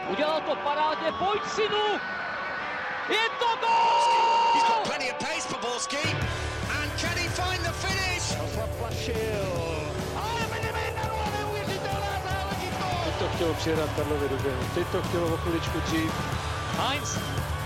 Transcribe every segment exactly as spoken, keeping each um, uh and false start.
Udělal to parádně, pojď synu! Je to gól! He's got plenty of pace for Borski. And can he find the finish? Zaplašil. Ale vedeme jedna nula, neuvěřitelná záležitost! Teď to chtělo přijedat Karlovi do běhu, teď to chtělo o chviličku dřív. Heinz.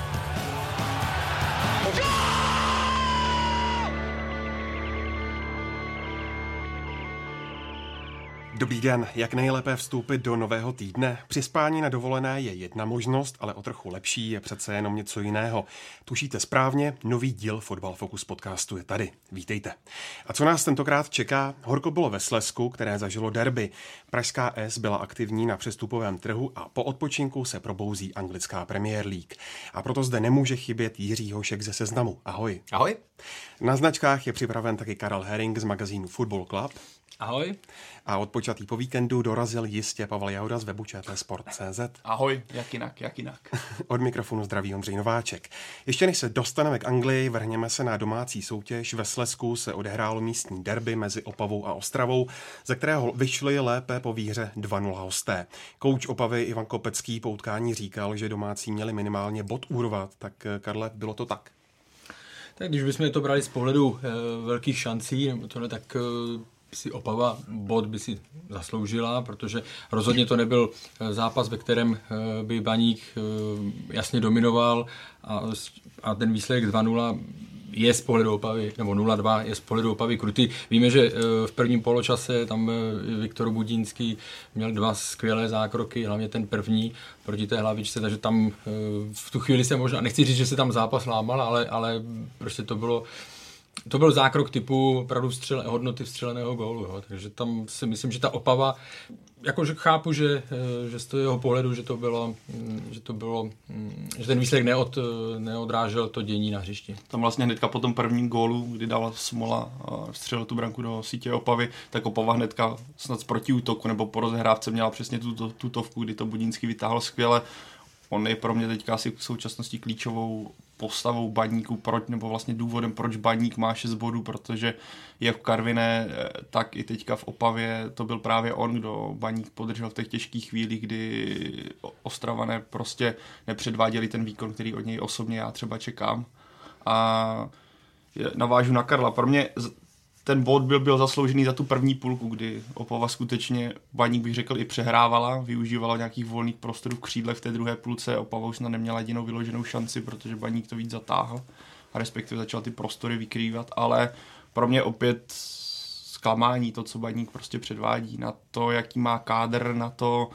Dobrý den, jak nejlépe vstoupit do nového týdne? Přispání na dovolené je jedna možnost, ale o trochu lepší je přece jenom něco jiného. Tušíte správně, nový díl Fotbal Focus podcastu je tady. Vítejte. A co nás tentokrát čeká? Horko bylo ve Slezsku, které zažilo derby. Pražská S byla aktivní na přestupovém trhu a po odpočinku se probouzí anglická Premier League. A proto zde nemůže chybět Jiří Hošek ze Seznamu. Ahoj. Ahoj. Na značkách je připraven taky Karel Herring z magazínu Football Club. Ahoj. A odpočatý po víkendu dorazil jistě Pavel Jahoda z webu Č T Sport tečka cé zet. Ahoj, jak jinak, jak jinak. Od mikrofonu zdraví Ondřej Nováček. Ještě než se dostaneme k Anglii, vrhněme se na domácí soutěž. Ve Slezsku se odehrálo místní derby mezi Opavou a Ostravou, ze kterého vyšli lépe po výhře dva nula hosté. Kouč Opavy Ivan Kopecký po utkání říkal, že domácí měli minimálně bod urvat. Tak Karle, bylo to tak? Tak když bychom to brali z pohledu e, velkých šancí, tohle, tak e, si Opava bod by si zasloužila, protože rozhodně to nebyl zápas, ve kterém by Baník jasně dominoval a, a ten výsledek dva nula je z pohledu Opavy, nebo nula dva je z pohledu Opavy krutý. Víme, že v prvním poločase tam Viktor Budínský měl dva skvělé zákroky, hlavně ten první proti té hlavičce, takže tam v tu chvíli se možná, nechci říct, že se tam zápas lámal, ale, ale prostě to bylo To byl zákrok typu opravdu vstřel, hodnoty vstřeleného gólu, jo. Takže tam si myslím, že ta Opava, jakože chápu, že, že z toho jeho pohledu, že to bylo, že to bylo, že ten výsledek neod, neodrážel to dění na hřišti. Tam vlastně hnedka po tom prvním gólu, kdy dala Smola a vstřelil tu branku do sítě Opavy, tak Opava hnedka snad z protiútoku nebo po rozehrávce měla přesně tu tutovku, kdy to Budínský vytáhl skvěle. On je pro mě teďka asi v současnosti klíčovou postavou Baníku, proč, nebo vlastně důvodem, proč Baník má šest bodů, protože jak v Karviné, tak i teďka v Opavě to byl právě on, kdo Baník podržel v těch těžkých chvílích, kdy Ostravané prostě nepředváděli ten výkon, který od něj osobně já třeba čekám. A navážu na Karla. Pro mě ten bod byl, byl zasloužený za tu první půlku, kdy Opava skutečně, Baník bych řekl, i přehrávala, využívala nějakých volných prostorů v křídle v té druhé půlce. Opava už snad neměla jedinou vyloženou šanci, protože Baník to víc zatáhl a respektive začal ty prostory vykrývat, ale pro mě opět zklamání to, co Baník prostě předvádí, na to, jaký má kádr, na to,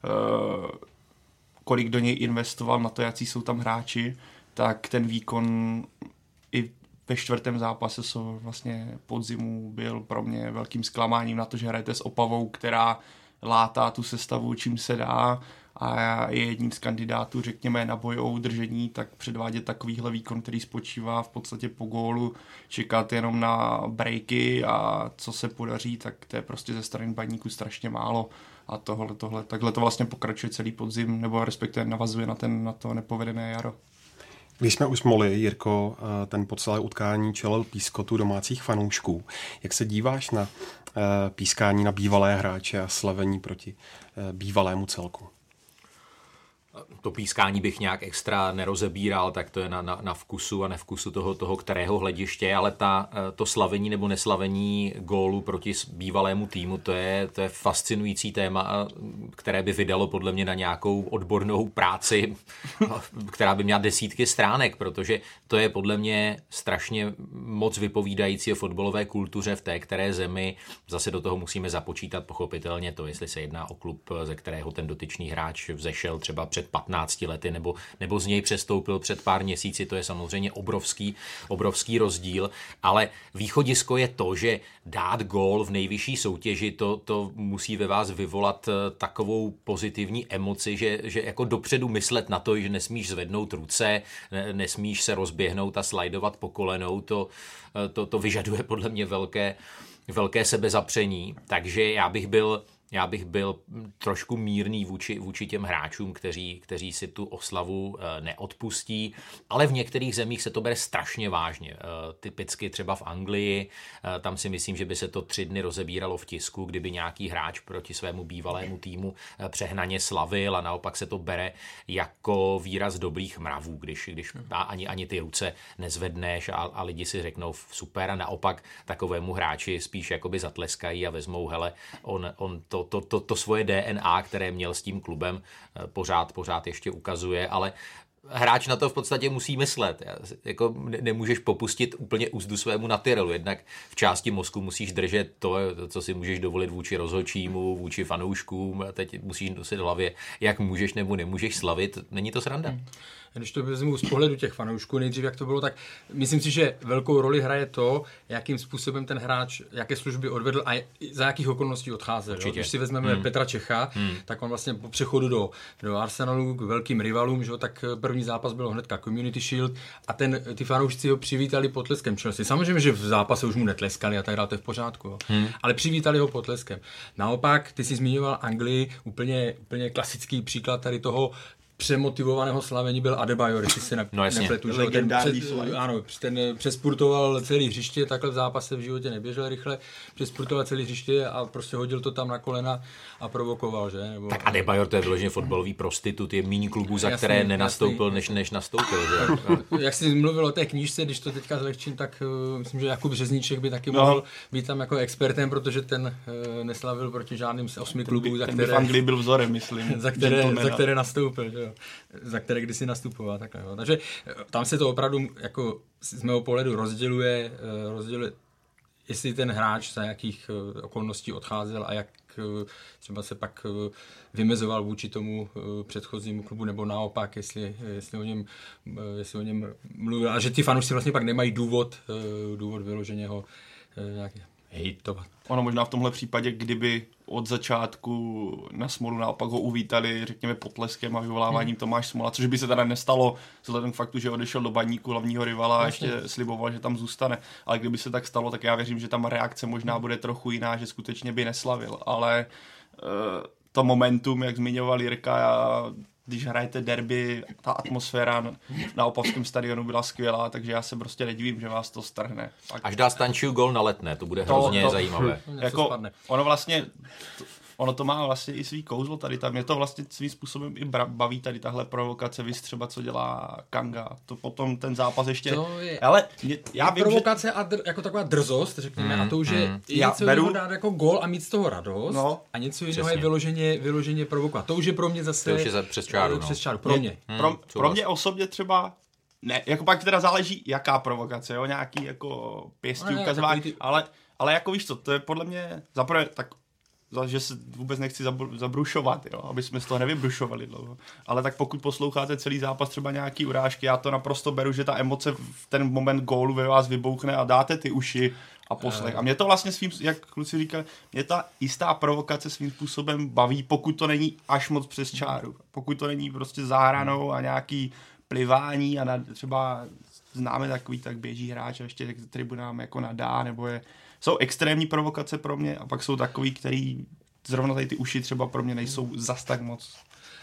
kolik do něj investoval, na to, jaký jsou tam hráči, tak ten výkon i ve čtvrtém zápase, co vlastně podzimu byl pro mě velkým zklamáním na to, že hrajete s Opavou, která látá tu sestavu, čím se dá a je jedním z kandidátů, řekněme, na boj o udržení, tak předvádět takovýhle výkon, který spočívá v podstatě po gólu, čekat jenom na breaky a co se podaří, tak to je prostě ze strany Baníku strašně málo a tohle, tohle, takhle to vlastně pokračuje celý podzim, nebo respektive navazuje na, ten, na to nepovedené jaro. Když jsme u Smoly, Jirko, ten po celé utkání čelil pískotu domácích fanoušků. Jak se díváš na pískání na bývalé hráče a slavení proti bývalému celku? To pískání bych nějak extra nerozebíral, tak to je na, na, na vkusu a nevkusu toho, toho kterého hlediště, ale ta, to slavení nebo neslavení gólu proti bývalému týmu, to je, to je fascinující téma, které by vydalo podle mě na nějakou odbornou práci, která by měla desítky stránek, protože to je podle mě strašně moc vypovídající o fotbalové kultuře v té které zemi. Zase do toho musíme započítat pochopitelně to, jestli se jedná o klub, ze kterého ten dotyčný hráč vzešel třeba před patnácti lety, nebo, nebo z něj přestoupil před pár měsíci, to je samozřejmě obrovský, obrovský rozdíl, ale východisko je to, že dát gól v nejvyšší soutěži, to, to musí ve vás vyvolat takovou pozitivní emoci, že, že jako dopředu myslet na to, že nesmíš zvednout ruce, nesmíš se rozběhnout a slajdovat po kolenou, to, to, to vyžaduje podle mě velké, velké sebezapření, takže já bych byl já bych byl trošku mírný vůči, vůči těm hráčům, kteří, kteří si tu oslavu neodpustí, ale v některých zemích se to bere strašně vážně. Typicky třeba v Anglii, tam si myslím, že by se to tři dny rozebíralo v tisku, kdyby nějaký hráč proti svému bývalému týmu přehnaně slavil a naopak se to bere jako výraz dobrých mravů, když, když ani, ani ty ruce nezvedneš a, a lidi si řeknou super a naopak takovému hráči spíš jakoby zatleskají a vezmou, hele, on, on to, to, to, to svoje D N A, které měl s tím klubem, pořád, pořád ještě ukazuje, ale hráč na to v podstatě musí myslet. Jako nemůžeš popustit úplně úzdu svému Natyrelu. Jednak v části mozku musíš držet to, co si můžeš dovolit vůči rozhodčímu, vůči fanouškům. Teď musíš nosit v hlavě, jak můžeš nebo nemůžeš slavit. Není to sranda? Hmm. Když to vezmu z pohledu těch fanoušků, nejdřív jak to bylo, tak myslím si, že velkou roli hraje to, jakým způsobem ten hráč, jaké služby odvedl a za jakých okolností odcházel. Když si vezmeme hmm. Petra Čecha, hmm. tak on vlastně po přechodu do, do Arsenalu k velkým rivalům, že, tak první zápas byl hnedka Community Shield a ten, ty fanoušci ho přivítali potleskem Chelsea. Samozřejmě, že v zápase už mu netleskali a tak dále, to je v pořádku, jo. Hmm. Ale přivítali ho potleskem. Naopak, ty jsi zmiňoval Anglii, úplně, úplně klasický příklad tady toho přemotivovaného slavení byl Adebayor, jestli se ne, no nepletu. Že? Ten, přes, ano, ten přespurtoval celý hřiště, takhle v zápase v životě neběžel rychle, přespurtoval celý hřiště a prostě hodil to tam na kolena a provokoval, že? Nebo, tak Adebayor to je vyloženě fotbalový prostitut, je míň klubů, za jasný, které nenastoupil, jasný. než, než nastoupil. Že? Jak jsi mluvil o té knížce, když to teďka zlehčím, tak uh, myslím, že Jakub Řezníček by taky no. mohl být tam jako expertem, protože ten uh, neslavil proti žádným z osmi klubů, ten za by, které, ten by v Anglii byl vzorem, myslím. za, které, za které nastoupil, že? Za které kdysi nastupoval. Takhle, jo. Takže tam se to opravdu jako z mého pohledu rozděluje, rozděluje, jestli ten hráč za jakých okolností odcházel a jak třeba se pak vymezoval vůči tomu předchozímu klubu, nebo naopak, jestli, jestli, o, něm, jestli o něm mluvil. A že ty fanoušci vlastně pak nemají důvod, důvod vyloženě ho nějak hejtovat. Ono možná v tomhle případě, kdyby od začátku na Smolu naopak ho uvítali, řekněme, potleskem a vyvoláváním hmm. Tomáš Smola, což by se teda nestalo vzhledem k faktu, že odešel do Baníku, hlavního rivala a ještě sliboval, že tam zůstane. Ale kdyby se tak stalo, tak já věřím, že tam reakce možná bude trochu jiná, že skutečně by neslavil. Ale uh, to momentum, jak zmiňoval Jirka, a když hrajete derby, ta atmosféra na, na Opavském stadionu byla skvělá, takže já se prostě nedivím, že vás to strhne. Tak... Až dá Stančiu gol na Letné, to bude to, hrozně to, zajímavé. Jako, ono vlastně, ono to má vlastně i svý kouzlo tady, tam je to vlastně svým způsobem i baví tady tahle provokace, víš třeba, co dělá Kanga, to potom ten zápas ještě, je, ale mě, já vím, provokace že... a dr, jako taková drzost, řekněme, mm, a to už je mm. něco beru... jiného dát jako gól a mít z toho radost, no, a něco jiného je vyloženě, vyloženě provokovat. To už je pro mě zase... To už je za přes čáru, no. Přes čáru, pro mě. Hmm, pro, pro mě osobně třeba ne, jako pak teda záleží, jaká provokace, jo, nějaký jako pěstí no, ukazování, ty... ale, ale jako víš co, to je podle mě, zaprvé tak, že se vůbec nechci zabrušovat, jo, aby jsme z toho nevybrušovali dlouho, ale tak pokud posloucháte celý zápas třeba nějaký urážky, já to naprosto beru, že ta emoce v ten moment gólu ve vás vybouchne a dáte ty uši a poslech. A mě to vlastně svým, jak kluci říkali, mě ta jistá provokace svým způsobem baví, pokud to není až moc přes čáru. Pokud to není prostě záhranou a nějaký plivání a na, třeba známe takový, tak běží hráč a ještě k tribunám jako nadá, nebo je... Jsou extrémní provokace pro mě a pak jsou takový, který zrovna tady ty uši třeba pro mě nejsou zas tak moc.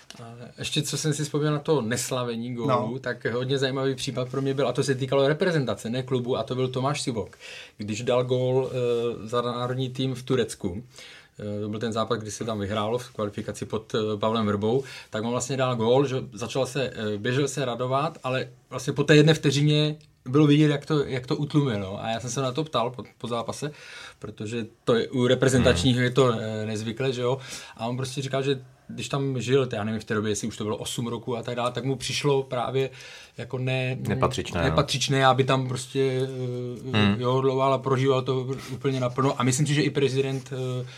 Ještě co jsem si vzpomněl na to neslavení gólu, no. tak hodně zajímavý případ pro mě byl, a to se týkalo reprezentace, ne klubu, a to byl Tomáš Sivok, když dal gól e, za národní tým v Turecku. E, to byl ten zápas, kdy se tam vyhrálo v kvalifikaci pod e, Pavlem Vrbou, tak on vlastně dal gól, že začal se, e, běžel se radovat, ale vlastně po té jedné vteřině bylo vidět, jak to, jak to utlumil. No. A já jsem se na to ptal po, po zápase, protože to je, u reprezentačních je to e, nezvyklé, že jo. A on prostě říkal, že když tam žil, já nevím v té době, jestli už to bylo osm roku a tak dále, tak mu přišlo právě jako ne, nepatřičné, nepatřičné, aby tam prostě hmm. jo, dlouhal a prožíval to úplně naplno. A myslím si, že i prezident,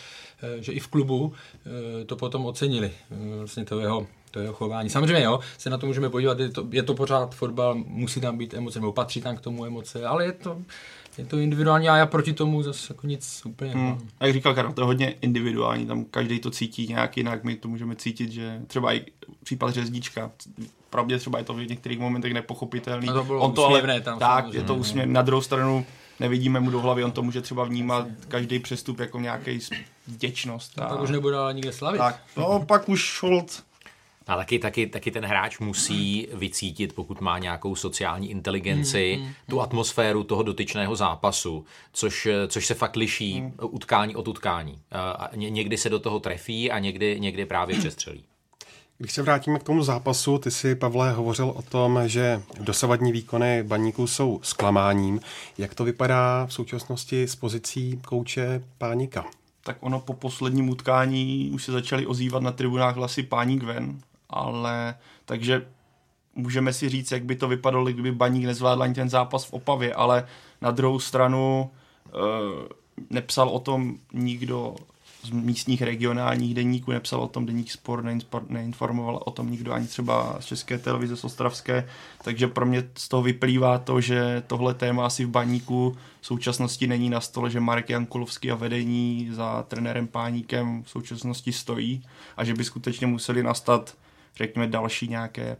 že i v klubu to potom ocenili, vlastně to jeho, to jeho chování. Samozřejmě jo, se na to můžeme podívat, je to, je to pořád fotbal, musí tam být emoce, nebo patří tam k tomu emoce, ale je to... Je to individuální a já proti tomu zase jako nic úplně. Hmm. Jak říkal Karel, to je hodně individuální, tam každý to cítí nějak jinak, my to můžeme cítit, že třeba i případ Řezníčka, pravdě třeba je to v některých momentech nepochopitelný. A to bylo On to úsměvné ale, tam. Tak, je to úsměv. Na druhou stranu nevidíme mu do hlavy, on to může třeba vnímat každý přestup jako nějaký vděčnost. A... No, tak už nebude ale nikde slavit. Tak, no pak už hold. A taky, taky, taky ten hráč musí vycítit, pokud má nějakou sociální inteligenci, mm, mm, tu atmosféru toho dotyčného zápasu, což, což se fakt liší mm. utkání od utkání. A někdy se do toho trefí a někdy, někdy právě přestřelí. Když se vrátíme k tomu zápasu, ty si, Pavle, hovořil o tom, že dosavadní výkony Baníku jsou zklamáním. Jak to vypadá v současnosti s pozicí kouče Pánika? Tak ono po posledním utkání už se začaly ozývat na tribunách hlasy Páník ven, ale takže můžeme si říct, jak by to vypadalo, kdyby Baník nezvládl ani ten zápas v Opavě, ale na druhou stranu e, nepsal o tom nikdo z místních regionálních deníků, nepsal o tom Deník Sport, neinformoval o tom nikdo ani třeba z České televize, z ostravské, takže pro mě z toho vyplývá to, že tohle téma asi v Baníku v současnosti není na stole, že Marek Jankulovský a vedení za trenérem Páníkem v současnosti stojí a že by skutečně museli nastat, řekněme, další nějaké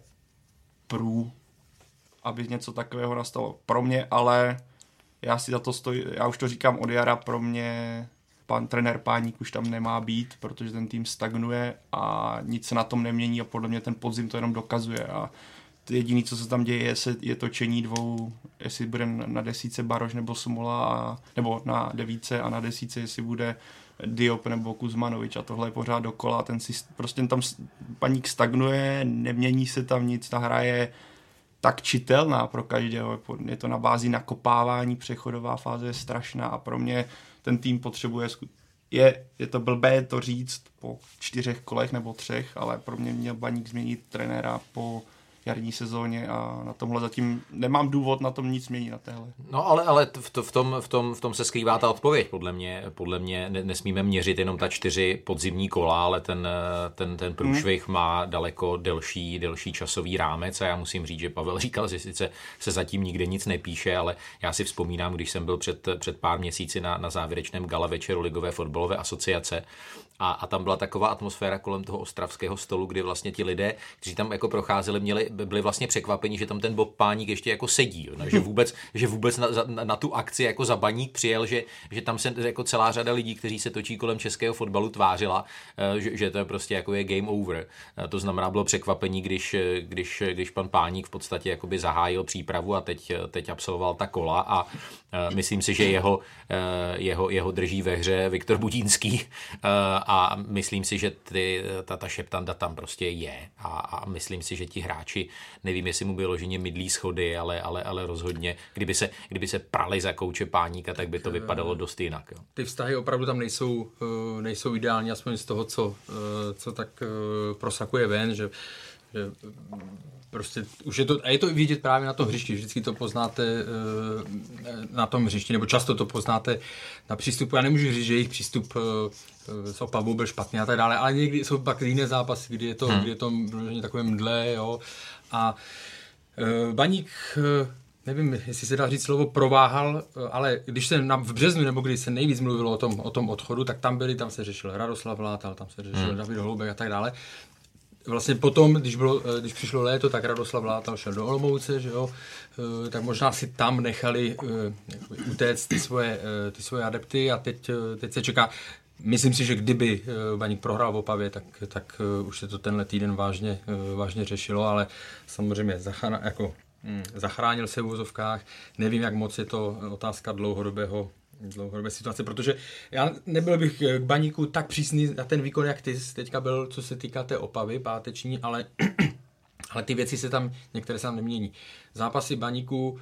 prů, aby něco takového nastalo. Pro mě, ale já si za to stojí, já už to říkám od jara, pro mě pan trenér Páník už tam nemá být, protože ten tým stagnuje a nic se na tom nemění a podle mě ten podzim to jenom dokazuje a jediné, co se tam děje, je, je točení dvou, jestli bude na desíce Baroš nebo Smola, a, nebo na devíce a na desíce, jestli bude Diop nebo Kuzmanovič a tohle je pořád dokola, ten si, prostě tam Baník stagnuje, nemění se tam nic, ta hra je tak čitelná pro každého, je to na bázi nakopávání, přechodová fáze je strašná a pro mě ten tým potřebuje, je, je to blbé to říct po čtyřech kolech nebo třech, ale pro mě měl Baník změnit trenéra po jarní sezóně a na tomhle zatím nemám důvod na tom nic měnit na téhle. No ale, ale v, to, v, tom, v, tom, v tom se skrývá ta odpověď, podle mě. Podle mě nesmíme měřit jenom ta čtyři podzimní kola, ale ten, ten, ten průšvih hmm. má daleko delší, delší časový rámec a já musím říct, že Pavel říkal, že sice se zatím nikde nic nepíše, ale já si vzpomínám, když jsem byl před, před pár měsíci na, na závěrečném gala večeru Ligové fotbalové asociace a, a tam byla taková atmosféra kolem toho ostravského stolu, kdy vlastně ti lidé, kteří tam jako procházeli, měli byli vlastně překvapeni, že tam ten Bob Páník ještě jako sedí, jo, no, že vůbec, že vůbec na, na, na tu akci jako za Baník přijel, že, že tam se jako celá řada lidí, kteří se točí kolem českého fotbalu, tvářila, že, že to prostě jako je game over. To znamená, bylo překvapení, když, když, když pan Páník v podstatě jakoby zahájil přípravu a teď, teď absolvoval ta kola a myslím si, že jeho, jeho, jeho drží ve hře Viktor Budínský a myslím si, že ty, ta, ta šeptanda tam prostě je a, a myslím si, že ti hráči, nevím, jestli mu vyloženě mydlí schody, ale, ale, ale rozhodně, kdyby se, kdyby se prali za kouče Páníka, tak by to vypadalo dost jinak. Jo. Ty vztahy opravdu tam nejsou, nejsou ideální, aspoň z toho, co, co tak prosakuje ven, že, že prostě už je to, a je to vidět právě na tom hřišti, vždycky to poznáte na tom hřišti, nebo často to poznáte na přístupu. Já nemůžu říct, že jejich přístup s Opavou byl špatný a tak dále, ale někdy jsou pak jiné zápasy, kdy je to, hmm. kdy je to takové mdlé, jo. A Baník, nevím, jestli se dá říct slovo prováhal, ale když se na, v březnu, nebo když se nejvíc mluvilo o tom, o tom odchodu, tak tam byli, tam se řešil Radoslav Vlátal, tam se řešil hmm. David Holoubek a tak dále. Vlastně potom, když, bylo, když přišlo léto, tak Radoslav Vlátal šel do Olomouce, že jo, tak možná si tam nechali utéct ty svoje, ty svoje adepty a teď, teď se čeká. Myslím si, že kdyby Baník prohrál v Opavě, tak, tak už se to tenhle týden vážně, vážně řešilo, ale samozřejmě zachránil, jako, hm, zachránil se v úzovkách. Nevím, jak moc je to otázka dlouhodobého dlouhodobé situace, protože já nebyl bych k Baníku tak přísný na ten výkon, jak ty teďka byl, co se týká té Opavy páteční, ale, ale ty věci se tam, některé se tam nemění. Zápasy Baníku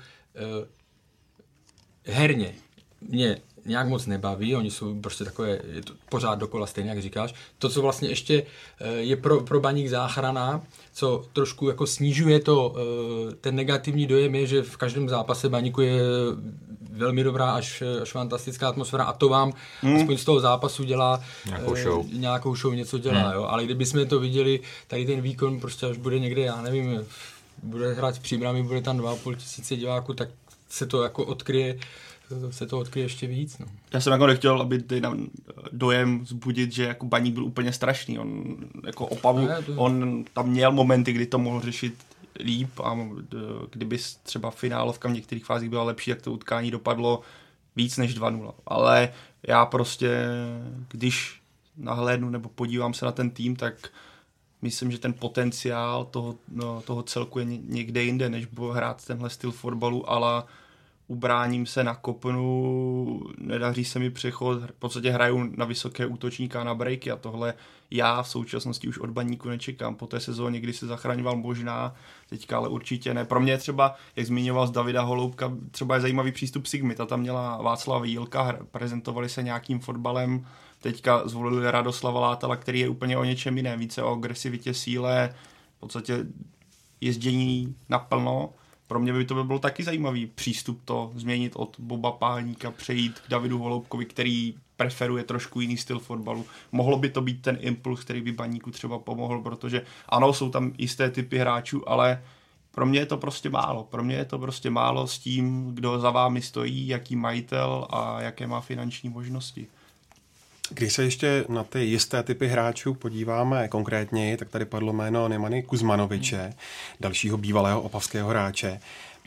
eh, herně mě nějak moc nebaví, oni jsou prostě takové, je to pořád dokola stejně, jak říkáš. To, co vlastně ještě je pro, pro Baník záchrana, co trošku jako snižuje to, ten negativní dojem je, že v každém zápase Baníku je velmi dobrá až, až fantastická atmosféra a to vám hmm. aspoň z toho zápasu dělá nějakou show, eh, nějakou show něco dělá, hmm. jo. Ale kdybychom to viděli, tady ten výkon prostě až bude někde, já nevím, bude hrát v Příbrami, bude tam dva a půl tisíce diváků, tak se to jako odkryje se to odkryje ještě víc. No. Já jsem jako nechtěl, aby ty dojem vzbudit, že jako Baník byl úplně strašný. On jako Opavu, ne, to... on tam měl momenty, kdy to mohl řešit líp a kdyby třeba finálovka v některých fázích byla lepší, jak to utkání dopadlo, víc než dva nula. Ale já prostě, když nahlédnu nebo podívám se na ten tým, tak myslím, že ten potenciál toho, no, toho celku je někde jinde, než bude hrát tenhle styl fotbalu, ale ubráním se na kopnu, nedaří se mi přechod, v podstatě hraju na vysoké útočníka na breaky a tohle já v současnosti už od Baníku nečekám. Po té sezóně, kdy se zachraňoval možná, teďka ale určitě ne. Pro mě třeba, jak zmiňoval z Davida Holoubka, třeba je zajímavý přístup Sigmy, ta tam měla Václava Jílka, prezentovali se nějakým fotbalem, teďka zvolili Radoslava Látala, který je úplně o něčem jiném, více o agresivitě, síle, v podstatě jezdění naplno. Pro mě by to by bylo taky zajímavý přístup to změnit od Boba Páníka, přejít k Davidu Holoubkovi, který preferuje trošku jiný styl fotbalu. Mohlo by to být ten impuls, který by Baníku třeba pomohl, protože ano, jsou tam jisté typy hráčů, ale pro mě je to prostě málo. Pro mě je to prostě málo s tím, kdo za vámi stojí, jaký majitel a jaké má finanční možnosti. Když se ještě na ty jisté typy hráčů podíváme konkrétněji, tak tady padlo jméno Nemany Kuzmanoviče, dalšího bývalého opavského hráče.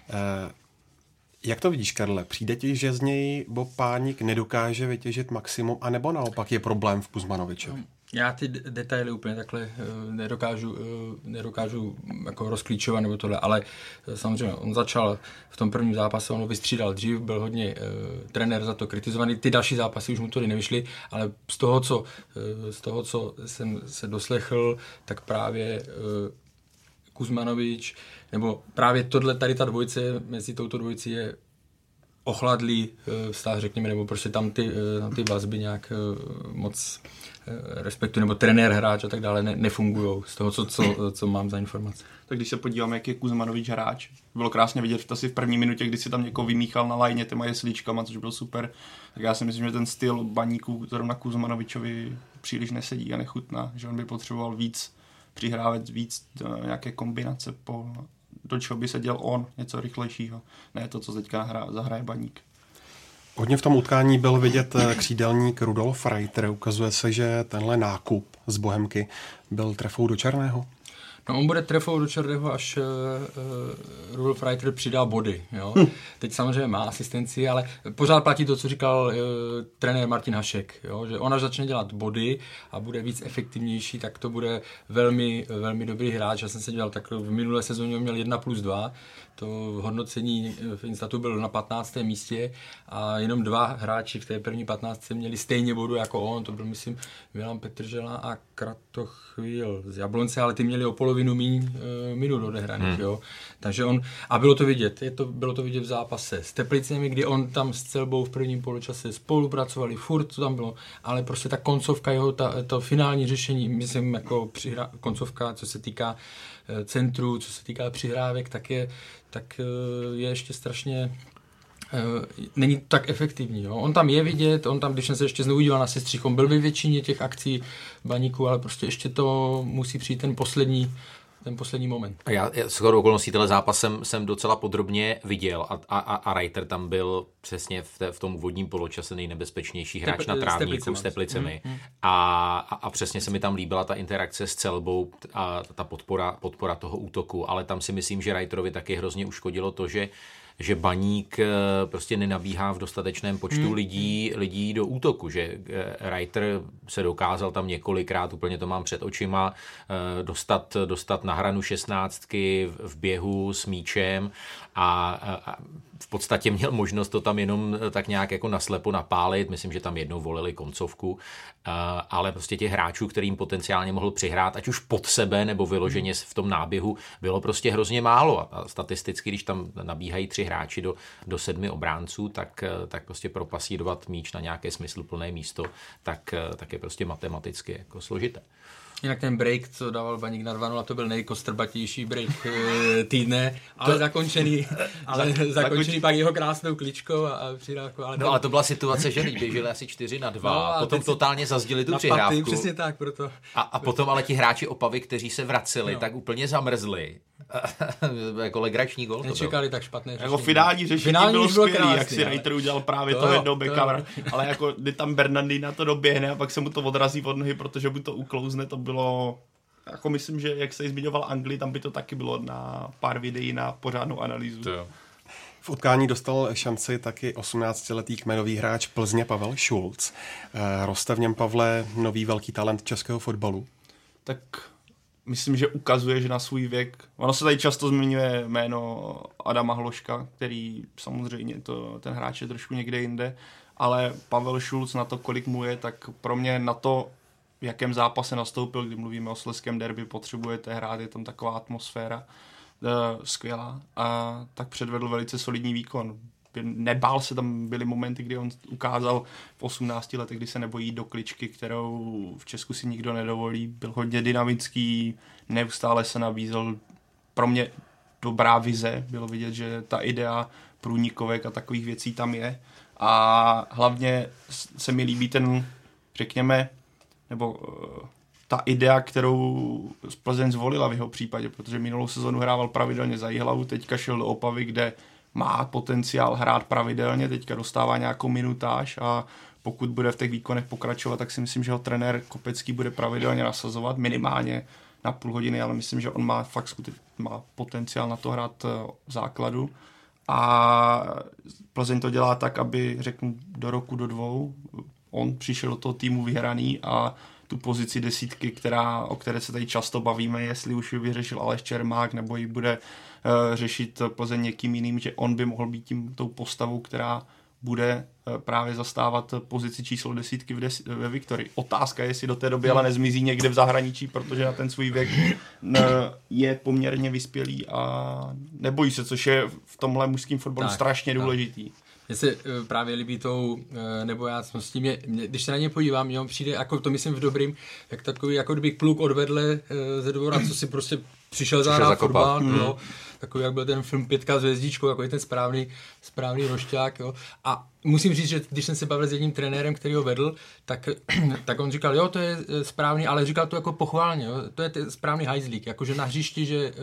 Jak to vidíš, Karle? Přijde ti, že z něj Bob Páník nedokáže vytěžit maximum, anebo naopak je problém v Kuzmanovičovi? Já ty detaily úplně takhle uh, nedokážu, uh, nedokážu jako rozklíčovat nebo tohle, ale uh, samozřejmě on začal v tom prvním zápase, on ho vystřídal dřív, byl hodně uh, trenér za to kritizovaný, ty další zápasy už mu tady nevyšly, ale z toho, co, uh, z toho, co jsem se doslechl, tak právě uh, Kuzmanovič, nebo právě tohle, tady ta dvojice, mezi touto dvojicí je ochladlý uh, vztah, řekněme, nebo prostě tam ty, uh, tam ty vazby nějak uh, moc respektu, nebo trenér, hráč a tak dále ne, nefungujou z toho, co, co, co mám za informace. Tak když se podíváme, jak je Kuzmanovič hráč, bylo krásně vidět asi v první minutě, kdy si tam někoho vymíchal na lajně těma jesličkama, což bylo super, tak já si myslím, že ten styl Baníku zrovna Kuzmanovičovi příliš nesedí a nechutná, že on by potřeboval víc přihrávat, víc nějaké kombinace, po, do čeho by se děl on, něco rychlejšího, ne to, co teďka hra, zahraje Baník. Hodně v tom utkání byl vidět křídelník Rudolf Reiter. Ukazuje se, že tenhle nákup z Bohemky byl trefou do černého. No on bude trefou do černého, až uh, uh, Rudolf Reiter přidá body. Jo? Hm. Teď samozřejmě má asistenci, ale pořád platí to, co říkal uh, trenér Martin Hašek, jo? Že on až začne dělat body a bude víc efektivnější, tak to bude velmi, velmi dobrý hráč. Já jsem se dělal tak v minulé sezóně měl jedna plus dva, to hodnocení v Instatu bylo na patnáctém místě a jenom dva hráči v té první patnáctce měli stejně bodu jako on, to byl myslím Milan Petržela a Kratochvíl z Jablonce, ale ty měli o polovinu míň e, minut odehraných, hmm. jo. Takže on, a bylo to vidět, je to, bylo to vidět v zápase s Teplicemi, kdy on tam s Celbou v prvním poločase spolupracovali, furt to tam bylo, ale prostě ta koncovka jeho, ta, to finální řešení, myslím jako přihra, koncovka, co se týká e, centru, co se týká přihrávek, tak je, tak e, je ještě strašně není tak efektivní. Jo. On tam je vidět, on tam, když jsem se ještě znovu díval na sestřih, on byl ve většině těch akcí Baníku, ale prostě ještě to musí přijít ten poslední ten poslední moment. Já, já shodou okolností tenhle zápas jsem, jsem docela podrobně viděl a, a, a Reiter tam byl přesně v, té, v tom úvodním poločase nejnebezpečnější hráč Tep, na trávníku s Teplicemi. Hmm, hmm. A, a, a přesně se mi tam líbila ta interakce s Celbou a ta podpora, podpora toho útoku, ale tam si myslím, že Reiterovi taky hrozně uškodilo to, že že Baník prostě nenabíhá v dostatečném počtu hmm. lidí, lidí do útoku, že Reiter se dokázal tam několikrát, úplně to mám před očima, dostat, dostat na hranu šestnáctky v běhu s míčem a, a v podstatě měl možnost to tam jenom tak nějak jako naslepo napálit, myslím, že tam jednou volili koncovku, ale prostě těch hráčů, kterým potenciálně mohl přihrát, ať už pod sebe nebo vyloženě v tom náběhu, bylo prostě hrozně málo a statisticky, když tam nabíhají tři hráči do, do sedmi obránců, tak, tak prostě propasírovat míč na nějaké smysluplné místo, tak, tak je prostě matematicky jako složité. Jinak ten break, co dával Baník na dva nula, to byl nejkostrbatější break e, týdne, ale to... zakončený, ale zakončený, zakončený pak jeho krásnou kličkou a, a přidávkou. Ale no ten... ale to byla situace, že běželi asi čtyři na dva, no, a potom a totálně zazdili tu přihrávku. Paty, přesně tak, proto. A, a potom ale ti hráči Opavy, kteří se vraceli, no. tak úplně zamrzli. Jako legrační gól to byl. Nečekali tak špatné řešení. Jako finální řešení finální bylo skvělý, jak si Reiter udělal právě to, to jednou backcover, ale jako kdy tam Bernardina to doběhne a pak se mu to odrazí od nohy, protože mu to uklouzne, to bylo, jako myslím, že jak se zmiňoval Anglii, tam by to taky bylo na pár videí na pořádnou analýzu. To. V utkání dostal šanci taky osmnáctiletý kmenový hráč Plzně Pavel Šulc. Roste v něm, Pavle, nový velký talent českého fotbalu? Tak myslím, že ukazuje, že na svůj věk, ono se tady často zmiňuje jméno Adama Hloška, který samozřejmě to, ten hráč je trošku někde jinde, ale Pavel Šulc na to, kolik mu je, tak pro mě na to, v jakém zápase nastoupil, kdy mluvíme o slezském derby, potřebujete hrát, je tam taková atmosféra uh, skvělá, a tak předvedl velice solidní výkon. Nebál se, tam byly momenty, kdy on ukázal v osmnácti letech, kdy se nebojí jít do kličky, kterou v Česku si nikdo nedovolí. Byl hodně dynamický, neustále se nabízel. Pro mě dobrá vize, bylo vidět, že ta idea průnikovek a takových věcí tam je. A hlavně se mi líbí ten, řekněme, nebo ta idea, kterou Plzeň zvolila v jeho případě, protože minulou sezonu hrával pravidelně za Jihlavu, teďka šel do Opavy, kde má potenciál hrát pravidelně, teďka dostává nějakou minutáž a pokud bude v těch výkonech pokračovat, tak si myslím, že ho trenér Kopecký bude pravidelně nasazovat, minimálně na půl hodiny, ale myslím, že on má fakt skutečně má potenciál na to hrát v základu. A Plzeň to dělá tak, aby, řeknu, do roku, do dvou, on přišel do toho týmu vyhraný a tu pozici desítky, která, o které se tady často bavíme, jestli už ji vyřešil Aleš Čermák, nebo ji bude uh, řešit Plzeň někým jiným, že on by mohl být tím tou postavou, která bude uh, právě zastávat pozici číslo desítky v des, ve Viktorii. Otázka je, jestli do té doby ale nezmizí někde v zahraničí, protože na ten svůj věk uh, je poměrně vyspělý a nebojí se, což je v tomhle mužském fotbalu tak, strašně tak. důležitý. Mně se právě líbí tou nebojácností. Mě, mě, když se na ně podívám, mě on přijde, jako to myslím v dobrým, jak takový, jako kdyby kluk odvedle ze dvora, co si prostě přišel zahrát fotbal, hmm. jo, takový, jak byl ten film Pětka s hvězdičkou, jako ten správný, správný rošťák, jo. A musím říct, že když jsem se bavil s jedním trenérem, který ho vedl, tak, tak on říkal, jo, to je správný, ale říkal to jako pochválně, jo, to je ten správný hajzlík, jakože na hřišti, že,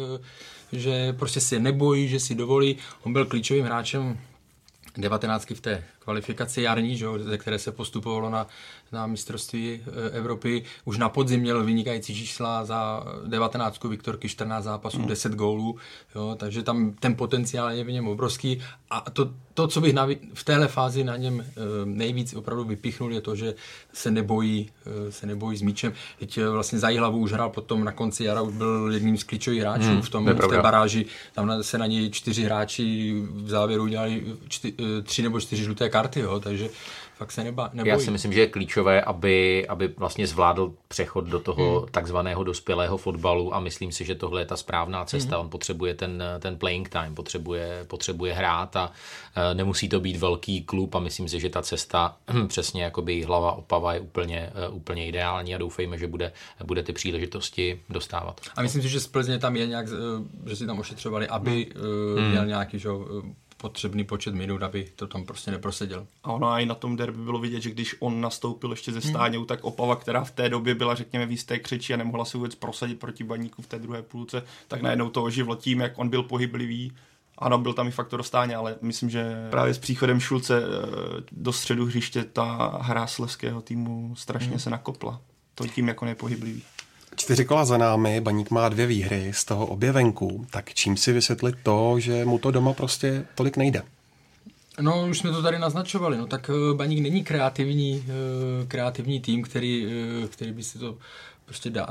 že prostě si nebojí, že si dovolí, on byl klíčovým hráčem devatenáctky v té kvalifikaci jarní, že, ze které se postupovalo na, na mistrovství Evropy. Už na podzim měl vynikající čísla za devatenáctku Viktorky, čtrnáct zápasů, mm. deset gólů, jo, takže tam ten potenciál je v něm obrovský. A to, to co bych na, v téhle fázi na něm nejvíc opravdu vypichnul, je to, že se nebojí, se nebojí s míčem. Teď vlastně za Jihlavu už hrál potom na konci jara, už byl jedním z klíčových hráčů mm, v, tom, v té baráži. Tam se na něj čtyři hráči v závěru udělali čty, tři nebo čtyři žluté karty, jo, takže fakt se neba, nebojí. Já si myslím, že je klíčové, aby, aby vlastně zvládl přechod do toho hmm. takzvaného dospělého fotbalu a myslím si, že tohle je ta správná cesta. Hmm. On potřebuje ten, ten playing time, potřebuje, potřebuje hrát a uh, nemusí to být velký klub a myslím si, že ta cesta přesně jakoby Jihlava, Opava je úplně, uh, úplně ideální a doufejme, že bude, bude ty příležitosti dostávat. A myslím si, že z Plzně tam je nějak, že si tam ošetřovali, aby uh, hmm. měl nějaký, že, uh, potřebný počet minut, aby to tam prostě neproseděl. A ono i na tom derby bylo vidět, že když on nastoupil ještě ze Stáňou, hmm. tak Opava, která v té době byla, řekněme, v jisté křeči a nemohla se vůbec prosadit proti Baníku v té druhé půlce, tak najednou to oživlo tím, jak on byl pohyblivý. Ano, byl tam i faktor Stáně, ale myslím, že právě s příchodem Šulce do středu hřiště ta hra slezského týmu strašně hmm. se nakopla. To tím, jak on je pohyblivý. Čtyři kola za námi, Baník má dvě výhry, z toho obě venku. Tak čím si vysvětlit to, že mu to doma prostě tolik nejde? No, už jsme to tady naznačovali. No, tak Baník není kreativní, kreativní tým, který, který by si to prostě da,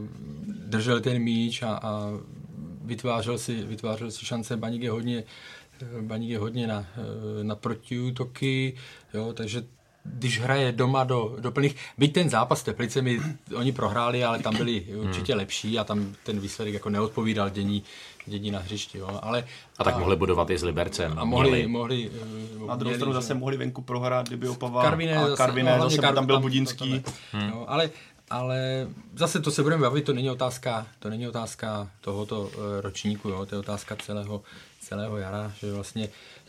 držel ten míč a, a vytvářel, si, vytvářel si šance. Baník je hodně, Baník je hodně na, na protiútoky, jo, takže když hraje doma do, do plných, byť ten zápas s Teplicemi oni prohráli, ale tam byli určitě hmm. lepší a tam ten výsledek jako neodpovídal dění, dění na hřišti. Jo. Ale, a tak a, mohli bodovat i s Libercem. A mohli, mohli na druhou stranu zase mohli venku prohrát, kdyby Opava Karviné a zase, Karviné, no, zase Kar- tam byl Budinský. Hmm. No, ale, ale zase to se budeme bavit, to není otázka, to není otázka tohoto ročníku, jo, to je otázka celého, celého jara, že vlastně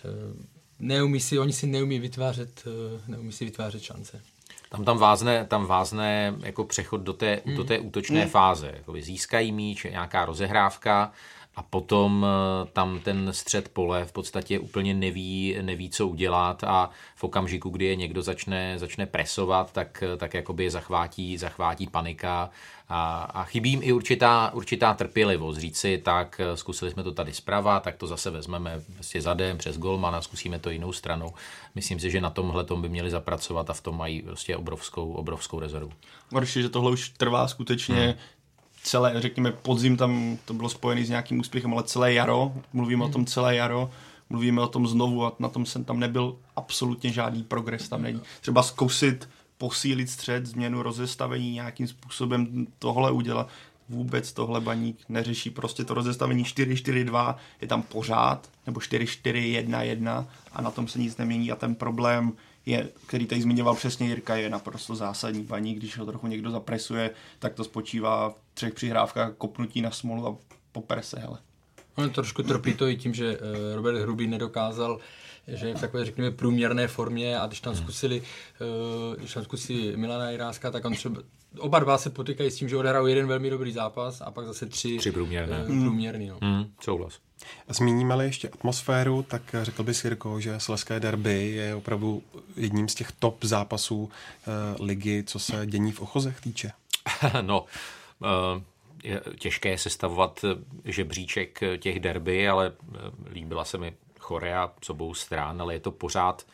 neumí si, oni si neumí vytvářet, neumí si vytvářet šance. Tam, tam vázne, tam vázne jako přechod do té, hmm. do té útočné hmm. fáze. Jako získají míč, nějaká rozehrávka a potom tam ten střed pole v podstatě úplně neví, neví co udělat a v okamžiku, kdy je někdo začne, začne presovat, tak, tak jakoby zachvátí, zachvátí panika a, a chybí jim i určitá, určitá trpělivost. Říct si, tak zkusili jsme to tady zprava, tak to zase vezmeme vlastně zadem přes golmana, zkusíme to jinou stranou. Myslím si, že na tomhle tom by měli zapracovat a v tom mají prostě obrovskou, obrovskou rezervu. Určitě, že tohle už trvá skutečně hmm. celé, řekněme, podzim tam to bylo spojené s nějakým úspěchem, ale celé jaro, mluvíme hmm. o tom celé jaro, mluvíme o tom znovu a na tom jsem tam nebyl absolutně žádný progres, tam není. Třeba zkusit posílit střed, změnu rozestavení nějakým způsobem tohle udělat. Vůbec tohle Baník neřeší. Prostě to rozestavení čtyři čtyři dva je tam pořád, nebo čtyři čtyři jedna jedna a na tom se nic nemění a ten problém je, který tady zmiňoval přesně Jirka, je naprosto zásadní. Baník, když ho trochu někdo zapresuje, tak to spočívá v třech přihrávkách, kopnutí na smolu a popere se, hele. No, trošku tropí to i tím, že Robert Hrubý nedokázal, že je v takové, řekněme, průměrné formě a když tam zkusili, když tam zkusili Milana Jiráska, tak on třeba, oba dva se potýkají s tím, že odehrajou jeden velmi dobrý zápas a pak zase tři, tři průměrné. průměrný. No. Mm, souhlas. Zmíníme-li ještě atmosféru, tak řekl bys, Jirko, že Slezské derby je opravdu jedním z těch top zápasů uh, ligy, co se dění v Ochozech týče? No, uh, je těžké sestavovat žebříček těch derby, ale líbila se mi chorea z obou stran, ale je to pořád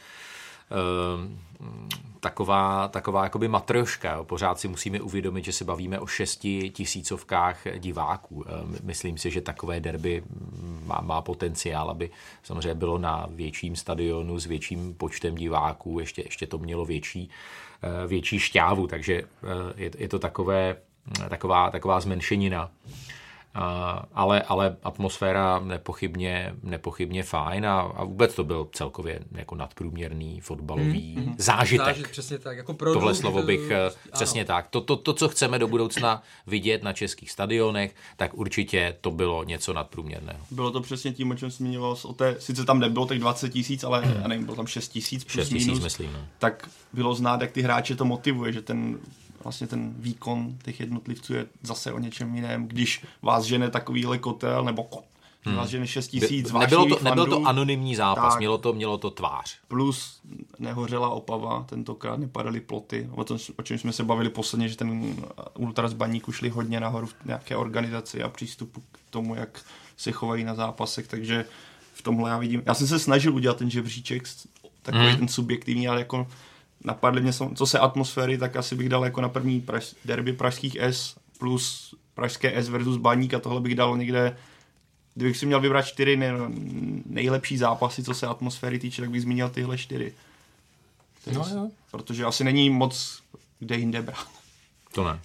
uh, taková, taková jakoby matrjoška. Pořád si musíme uvědomit, že se bavíme o šesti tisícovkách diváků. Uh, myslím si, že takové derby má, má potenciál, aby samozřejmě bylo na větším stadionu s větším počtem diváků, ještě, ještě to mělo větší, uh, větší šťávu, takže uh, je, je to takové Taková, taková zmenšenina. Uh, ale, ale atmosféra nepochybně, nepochybně fajn a, a vůbec to byl celkově jako nadprůměrný fotbalový mm, zážitek. Zážitek, přesně tak. Jako produkt, tohle slovo bych, uh, přesně tak. To, to, to, co chceme do budoucna vidět na českých stadionech, tak určitě to bylo něco nadprůměrného. Bylo to přesně tím, o čem zmiňoval. O té, sice tam nebylo tak dvacet tisíc, ale mm. nevím, bylo tam šest tisíc plus šest tisíc, minus. myslím, no. Tak bylo znát, jak ty hráče to motivuje, že ten vlastně ten výkon těch jednotlivců je zase o něčem jiném, když vás žene takovýhle kotel, nebo kot, hmm. vás žene šest tisíc nebylo to, nebylo to anonymní zápas, tak, mělo, to, mělo to tvář. Plus nehořela Opava, tentokrát nepadaly ploty, o, tom, o čem jsme se bavili posledně, že ten Ultras Baníku šli hodně nahoru v nějaké organizaci a přístupu k tomu, jak se chovají na zápasech, takže v tomhle já vidím, já jsem se snažil udělat ten žebříček, takový hmm. ten subjektivní, ale jako napadly mě, co se atmosféry, tak asi bych dal jako na první praž, derby pražských S plus pražské S versus Baník a tohle bych dal někde, kdybych si měl vybrat čtyři nej, nejlepší zápasy, co se atmosféry týče, tak bych zmínil tyhle čtyři. No, jo. Protože asi není moc kde jinde brát. To ne.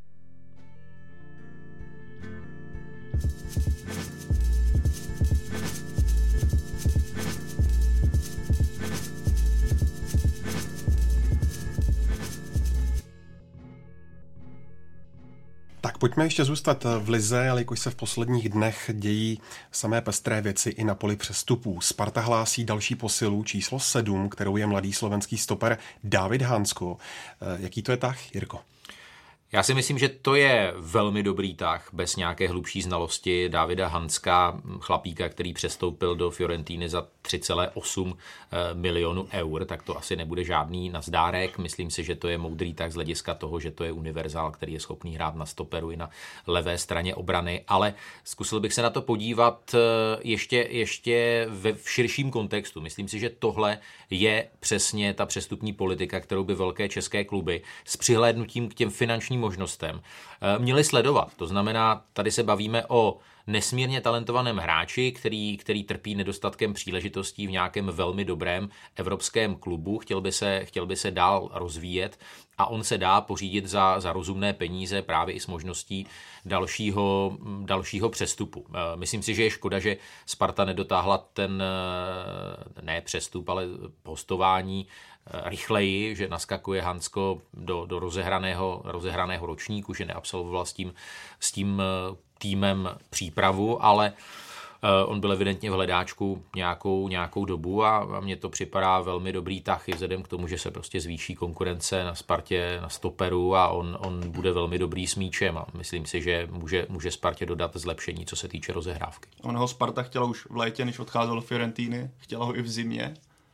Tak pojďme ještě zůstat v lize, ale jakož se v posledních dnech dějí samé pestré věci i na poli přestupů. Sparta hlásí další posilu číslo sedm, kterou je mladý slovenský stoper David Hansko. Jaký to je tah, Jirko? Já si myslím, že to je velmi dobrý tah, bez nějaké hlubší znalosti Davida Hanska, chlapíka, který přestoupil do Fiorentiny za tři celé osm milionu eur, tak to asi nebude žádný nazdárek. Myslím si, že to je moudrý tah z hlediska toho, že to je univerzál, který je schopný hrát na stoperu i na levé straně obrany, ale zkusil bych se na to podívat ještě, ještě ve v širším kontextu. Myslím si, že tohle je přesně ta přestupní politika, kterou by velké české kluby s přihlédnutím k těm finančním možnostem měli sledovat. To znamená, tady se bavíme o nesmírně talentovaném hráči, který, který trpí nedostatkem příležitostí v nějakém velmi dobrém evropském klubu, chtěl by se, chtěl by se dál rozvíjet a on se dá pořídit za, za rozumné peníze právě i s možností dalšího, dalšího přestupu. Myslím si, že je škoda, že Sparta nedotáhla ten ne přestup, ale hostování rychleji, že naskakuje Hansko do, do rozehraného, rozehraného ročníku, že neabsolvoval s tím, s tím týmem přípravu, ale On byl evidentně v hledáčku nějakou, nějakou dobu a, a mně to připadá velmi dobrý tah i vzhledem k tomu, že se prostě zvýší konkurence na Spartě, na stoperu a on, on bude velmi dobrý s míčem a myslím si, že může, může Spartě dodat zlepšení, co se týče rozehrávky. On ho Sparta chtěla už v létě, než odcházel do Fiorentíny, chtěla ho i v zimě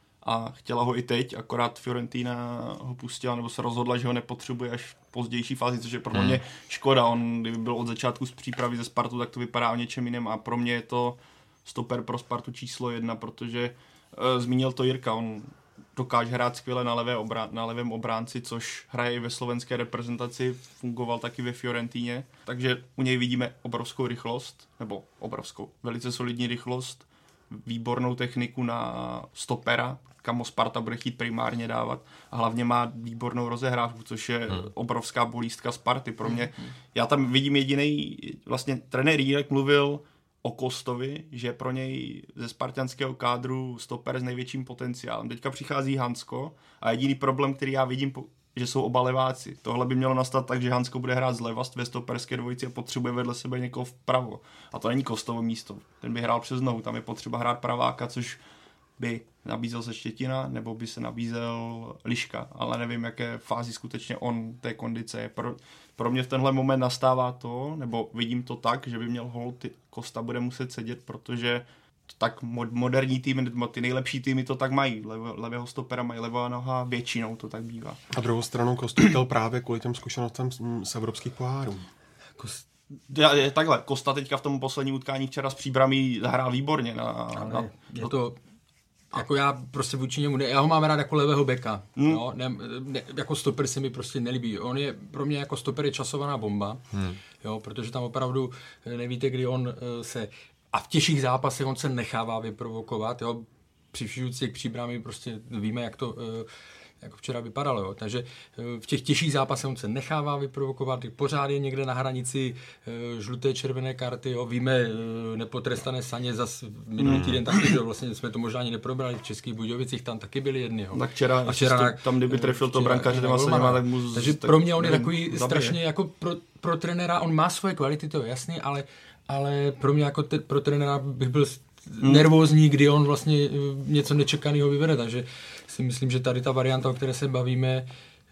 a chtěla ho i teď, akorát Fiorentína ho pustila nebo se rozhodla, že ho nepotřebuje až v pozdější fázi, což je pro mě hmm. škoda. On, kdyby byl od začátku z přípravy ze Spartu, tak to vypadá o něčem jiném a pro mě je to stoper pro Spartu číslo jedna, protože e, zmínil to Jirka, on dokáže hrát skvěle na, levé obrán, na levém obránci, což hraje i ve slovenské reprezentaci, fungoval taky ve Fiorentíně, takže u něj vidíme obrovskou rychlost, nebo obrovskou, velice solidní rychlost, výbornou techniku na stopera, kam ho Sparta bude chtít primárně dávat a hlavně má výbornou rozehrávku, což je hmm. obrovská bolístka Sparty pro mě. Hmm. Já tam vidím jediný, vlastně trenér Jílek mluvil o Kostovi, že pro něj ze spartanského kádru stoper s největším potenciálem. Teďka přichází Hansko a jediný problém, který já vidím, že jsou oba leváci. Tohle by mělo nastat tak, že Hansko bude hrát zleva ve stoperské dvojici a potřebuje vedle sebe někoho vpravo. A to není Kostovo místo. Ten by hrál přes nohu, tam je potřeba hrát praváka, což by nabízel se Štětina, nebo by se nabízel Liška, ale nevím, jaké fázi skutečně on té kondice je. Pro, pro mě v tenhle moment nastává to, nebo vidím to tak, že by měl hold, Kosta bude muset sedět, protože tak moderní týmy, ty nejlepší týmy to tak mají. Levé, levého stopera mají levá noha, většinou to tak bývá. A druhou stranu Kostu chtěl právě kvůli těm zkušenostem z, z evropských pohárů. Kost... Je, takhle, Kosta teďka v tom posledním utkání včera s Příbramí zahrál výborně. Na, na... Je to... Jako já prostě vůči němu, ne, já ho mám rád jako levého beka, hmm. no, ne, ne, jako stoper se mi prostě nelíbí. On je, pro mě jako stoper je časovaná bomba, hmm. jo, protože tam opravdu nevíte, kdy on uh, se, a v těžších zápasech on se nechává vyprovokovat, jo, při všichni k Příbrami prostě víme, jak to, uh, jako včera vypadalo, jo. Takže v těch těžších zápasech on se nechává vyprovokovat, pořád je někde na hranici uh, žluté, červené karty, jo. Víme uh, nepotrestané saně, zas minulý týden taky, že vlastně jsme to možná ani neprobrali, v Českých Budějovicích tam taky byli jedni, jo. Tak včera, a včera na, tam kdyby trefil to brankáře, to vlastně nemá, tak mu... Takže tak, pro mě on je takový zabije. Strašně, jako pro, pro trenéra, on má svoje kvality, to je jasný, ale, ale pro mě jako te, pro trenéra bych byl nervózní, kdy on vlastně něco nečekaného vyvede, takže si myslím, že tady ta varianta, o které se bavíme,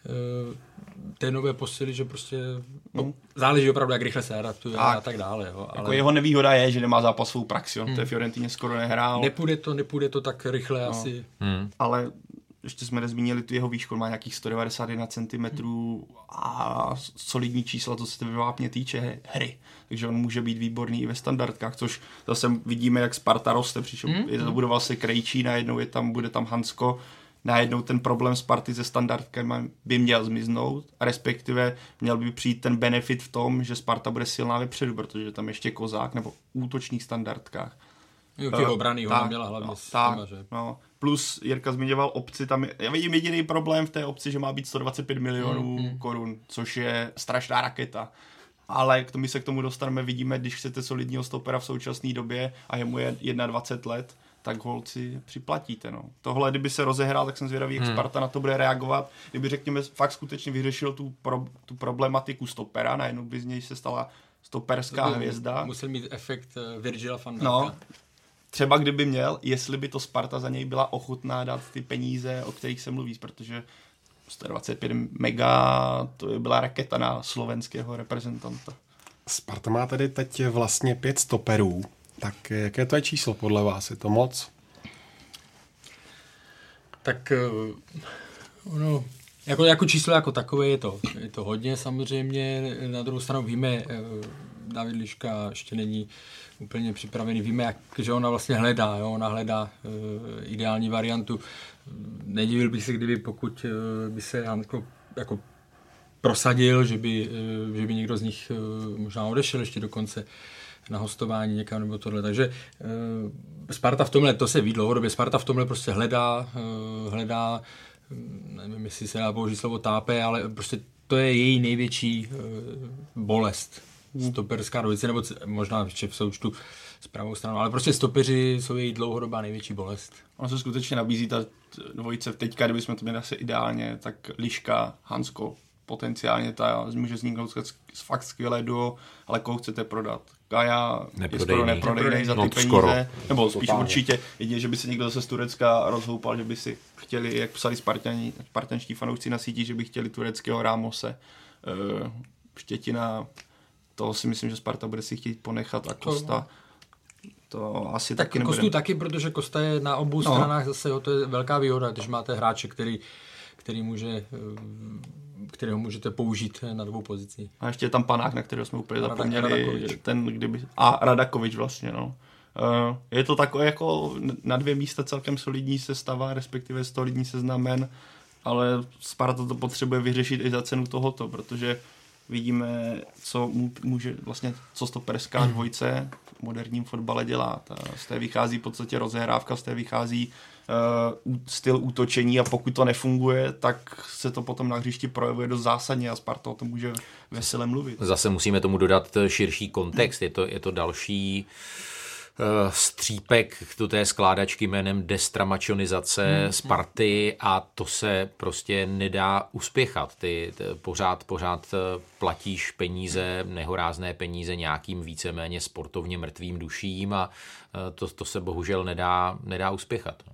té nové posily, že prostě no, mm. záleží opravdu, jak rychle se adaptuje a, a tak dále. Jo. Ale jako jeho nevýhoda je, že nemá zápasovou praxi, on mm. té Fiorentině skoro nehrál. Nepůjde to, nepůjde to tak rychle no. asi. Mm. Ale ještě jsme nezmínili tu jeho výšku, on má nějakých sto devadesát jedna centimetrů a solidní čísla, co se té vápně týče hry. Takže on může být výborný i ve standardkách, což zase vidíme, jak Sparta roste, přičem mm. je to budoval se Krejčí, najednou je tam, bude tam Hansko, najednou ten problém Sparty se standardkami by měl zmiznout, a respektive měl by přijít ten benefit v tom, že Sparta bude silná vepředu, protože tam ještě Kozák nebo útočných standardkách. Jo, těch obraný ho měla hlavně no, s tak, těma, že? No. Plus Jirka zmiňoval obci, tam je, já vidím jediný problém v té obci, že má být sto dvacet pět milionů mm, mm. korun, což je strašná raketa. Ale k tomu se k tomu dostaneme, vidíme, když chcete solidního stopera v současné době a jemu je dvacet jedna let, tak holci připlatíte. No. Tohle, kdyby se rozehrál, tak jsem zvědavý, jak hmm. Sparta na to bude reagovat. Kdyby, řekněme, fakt skutečně vyřešil tu, pro, tu problematiku stopera, najednou by z něj se stala stoperská to hvězda. Musel mít efekt Virgila van Dijka. No, třeba kdyby měl, jestli by to Sparta za něj byla ochotná dát ty peníze, o kterých se mluví, protože sto dvacet pět mega, to by byla raketa na slovenského reprezentanta. Sparta má tedy teď vlastně pět stoperů. Tak jaké to je číslo podle vás? Je to moc? Tak no, jako, jako číslo jako takové je to. Je to hodně samozřejmě. Na druhou stranu víme, David Liška ještě není úplně připravený. Víme, jak, že ona vlastně hledá. Jo? Ona hledá uh, ideální variantu. Nedivil bych se, kdyby pokud uh, by se Hanko jako prosadil, že by, uh, že by někdo z nich uh, možná odešel ještě dokonce na hostování někam nebo tohle. Takže uh, Sparta v tomhle, to se ví dlouhodobě, Sparta v tomhle prostě hledá, uh, hledá, nevím, jestli se dá použít slovo tápe, ale prostě to je její největší uh, bolest. Stoperská dvojice, nebo c- možná ještě v součtu s pravou stranou, ale prostě stopeři jsou její dlouhodobá největší bolest. Ono se skutečně nabízí ta dvojice teďka, kdybychom to měli asi ideálně, tak Liška, Hansko, potenciálně ta může vzniknout fakt skvělé duo, ale koho chcete prodat? Kaja je skoro neprodejnej za ty no, peníze, skoro. nebo spíš Totálně. určitě, jedině, že by se někdo zase z Turecka rozhoupal, že by si chtěli, jak psali Spartani, spartanští fanoušci na síti, že by chtěli tureckého Rámose, uh, Štětina, toho si myslím, že Sparta bude si chtít ponechat a Kosta. To asi tak taky Kostu nebudeme. taky, protože Kosta je na obou No. stranách zase, jo, to je velká výhoda, když máte hráče, který, který může, kterého můžete použít na dvou pozicích. A ještě je tam Panák, na kterého jsme úplně Radak- zapomněli. Radakovič. Ten, kdyby, a Radakovič vlastně, no. Uh, je to takové jako na dvě místa celkem solidní sestava, respektive solidní seznamen, ale Sparta to potřebuje vyřešit i za cenu tohoto, protože vidíme, co může vlastně, co stoperská dvojce v moderním fotbale dělá. Ta, z té vychází v podstatě rozehrávka, z té vychází uh, styl útočení a pokud to nefunguje, tak se to potom na hřišti projevuje dost zásadně a Sparta o tom může vesele mluvit. Zase musíme tomu dodat širší kontext. Je to, je to další střípek do té skládačky jménem destramačonizace hmm. Sparty a to se prostě nedá uspěchat. Ty, ty pořád, pořád platíš peníze, nehorázné peníze nějakým víceméně sportovně mrtvým duším a to, to se bohužel nedá, nedá uspěchat.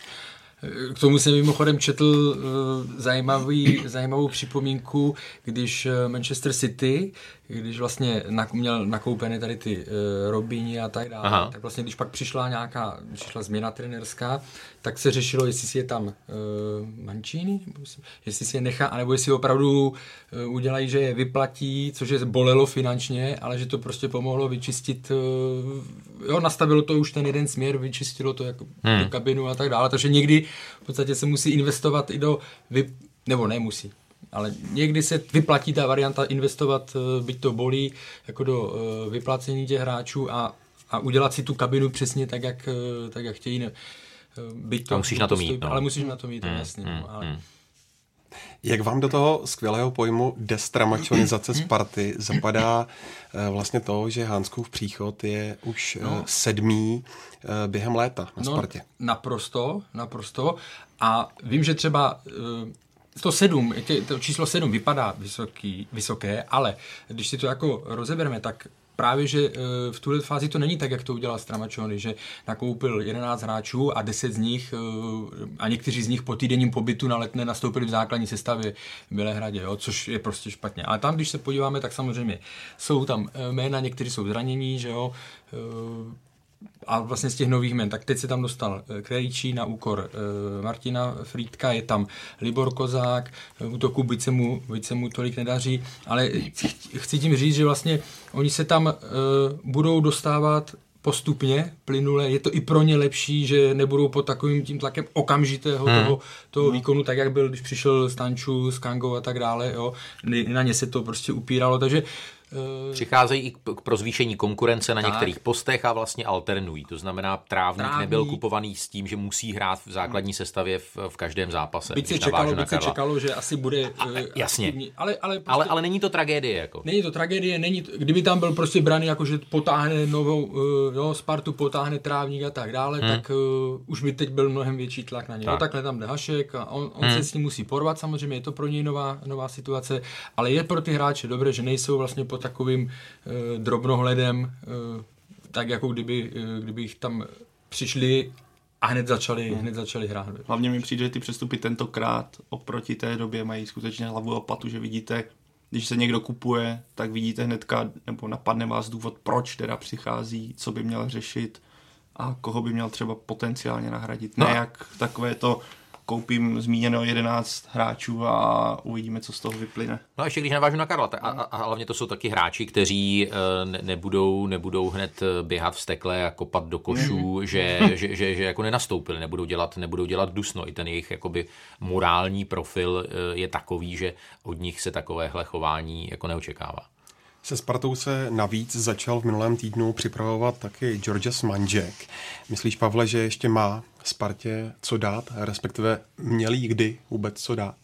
K tomu jsem mimochodem četl uh, zajímavý, zajímavou připomínku, když Manchester City, když vlastně nak, měl nakoupené tady ty uh, Robíni a tak dále, Aha. tak vlastně když pak přišla nějaká, přišla změna trenérská, tak se řešilo, jestli si je tam uh, Mancini, jestli si je nechá, anebo jestli opravdu uh, udělají, že je vyplatí, což je bolelo finančně, ale že to prostě pomohlo vyčistit, uh, jo, nastavilo to už ten jeden směr, vyčistilo to jako hmm. do kabinu a tak dále, takže někdy v podstatě se musí investovat i do, vy, nebo nemusí, ale někdy se vyplatí ta varianta investovat, byť to bolí, jako do vyplacení těch hráčů a, a udělat si tu kabinu přesně tak, jak, tak, jak chtějí. Ne, byť to, a musíš na to mít. No. Ale musíš na to mít, hmm, jasně. Hmm, no, ale... hmm. Jak vám do toho skvělého pojmu destramačonizace Sparty zapadá vlastně to, že Hanskův příchod je už no. sedmý během léta na no, Spartě? Naprosto, naprosto. A vím, že třeba to sedm, to číslo sedm vypadá vysoký, vysoké, ale když si to jako rozebereme, tak právě, že v tuhle fázi to není tak, jak to udělal Stramačony, že nakoupil jedenáct hráčů a deset z nich a někteří z nich po týdenním pobytu na Letné nastoupili v základní sestavě v Bělehradě, jo, což je prostě špatně. Ale tam, když se podíváme, tak samozřejmě jsou tam jména, někteří jsou zranění, že jo, a vlastně z těch nových jmen, tak teď se tam dostal Krejčí na úkor e, Martina Frýdka, je tam Libor Kozák, útoku byť se mu, byť se mu tolik nedaří, ale chci tím říct, že vlastně oni se tam e, budou dostávat postupně, plynule, je to i pro ně lepší, že nebudou pod takovým tím tlakem okamžitého hmm. toho, toho výkonu, tak jak byl, když přišel Stanču, Skangou a tak dále, jo, na ně se to prostě upíralo, takže přicházejí i k prozvýšení konkurence na tak. některých postech a vlastně alternují. To znamená, trávník, Trávník nebyl kupovaný s tím, že musí hrát v základní sestavě v, v každém zápase. Byť se čekalo, byť se čekalo, že asi bude a, jasně. Aktivní, ale, ale, prostě, ale, ale není to tragédie. Jako. Není to tragédie, není to, kdyby tam byl prostě braný, jako že potáhne novou, uh, jo, Spartu, potáhne Trávník a tak dále, hmm. tak uh, už by teď byl mnohem větší tlak na něj. Tak. No, takhle tam jde Hašek a on, on hmm. se s ním musí porvat, samozřejmě je to pro něj nová, nová situace, ale je pro ty hráče dobré, že nejsou vlastně pod takovým drobnohledem, tak jako kdyby, kdyby jich tam přišli a hned začali, hmm. hned začali hrát. Hlavně mi přijde, že ty přestupy tentokrát oproti té době mají skutečně hlavu a patu, že vidíte, když se někdo kupuje, tak vidíte hnedka, nebo napadne vás důvod, proč teda přichází, co by měl řešit a koho by měl třeba potenciálně nahradit. No. Ne jak takové to koupím zmíněno jedenáct hráčů a uvidíme, co z toho vyplyne. No a ještě když navážu na Karla, a, a hlavně to jsou taky hráči, kteří ne, nebudou, nebudou hned běhat vztekle a kopat do košů, mm. že, že, že, že jako nenastoupili, nebudou dělat, nebudou dělat dusno. I ten jejich jakoby morální profil je takový, že od nich se takovéhle chování jako neočekává. Se Spartou se navíc začal v minulém týdnu připravovat taky Georges Mandžek. Myslíš, Pavle, že ještě má Spartě co dát, respektive měl jí kdy vůbec co dát?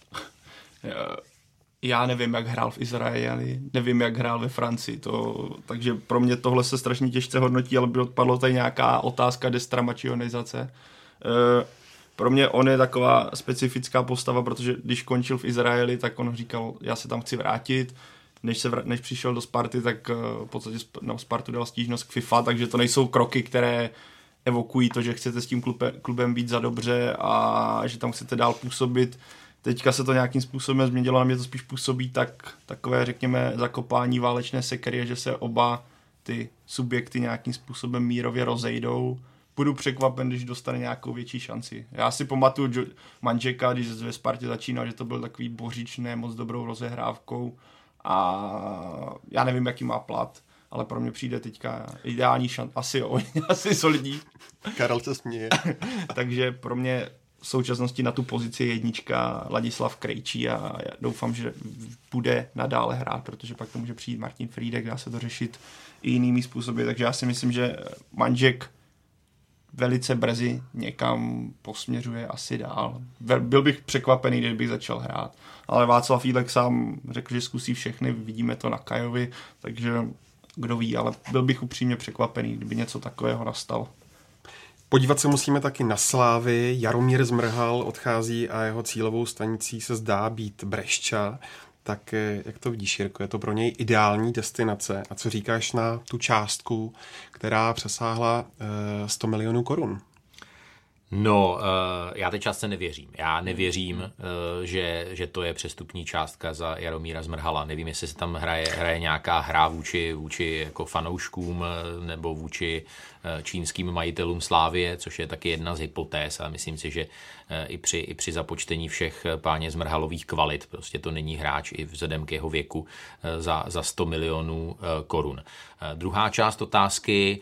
Já nevím, jak hrál v Izraeli, nevím, jak hrál ve Francii, to, takže pro mě tohle se strašně těžce hodnotí, ale by odpadlo tady nějaká otázka destramačionizace. pro mě on je taková specifická postava, protože když končil v Izraeli, tak on říkal, já se tam chci vrátit. Než, se vr- než přišel do Sparty, tak uh, v podstatě na Spartu dal stížnost k FIFA, takže to nejsou kroky, které evokují to, že chcete s tím klube, klubem být za dobře a že tam chcete dál působit. Teďka se to nějakým způsobem změnilo, na mě to spíš působí tak, takové, řekněme, zakopání válečné sekery, že se oba ty subjekty nějakým způsobem mírově rozejdou. Budu překvapen, když dostane nějakou větší šanci. Já si pamatuju jo- Mandžeka, když ve Spartě začínal, že to byl takový bořičný, moc dobrou rozehrávkou a já nevím, jaký má plat, ale pro mě přijde teďka ideální šance, asi jo, asi solidní. Karel se směje. Takže pro mě v současnosti na tu pozici jednička Ladislav Krejčí a já doufám, že bude nadále hrát, protože pak to může přijít Martin Friedek, dá se to řešit i jinými způsoby, takže já si myslím, že Mandžek velice brzy někam posměřuje asi dál. Byl bych překvapený, kdybych začal hrát. Ale Václav Jílek sám řekl, že zkusí všechny, vidíme to na Kajovi, takže kdo ví, ale byl bych upřímně překvapený, kdyby něco takového nastalo. Podívat se musíme taky na Slávy. Jaromír Zmrhal odchází a jeho cílovou stanicí se zdá být Brešča. Tak jak to vidíš, Jirko? Je to pro něj ideální destinace? A co říkáš na tu částku, která přesáhla sto milionů korun? No, já té částce nevěřím. Já nevěřím, že, že to je přestupní částka za Jaromíra Zmrhala. Nevím, jestli se tam hraje, hraje nějaká hra vůči, vůči jako fanouškům nebo vůči čínským majitelům Slávie, což je taky jedna z hypotéz a myslím si, že i při, i při započtení všech páně Zmrhalových kvalit, prostě to není hráč i vzhledem k jeho věku za, za sto milionů korun. Druhá část otázky,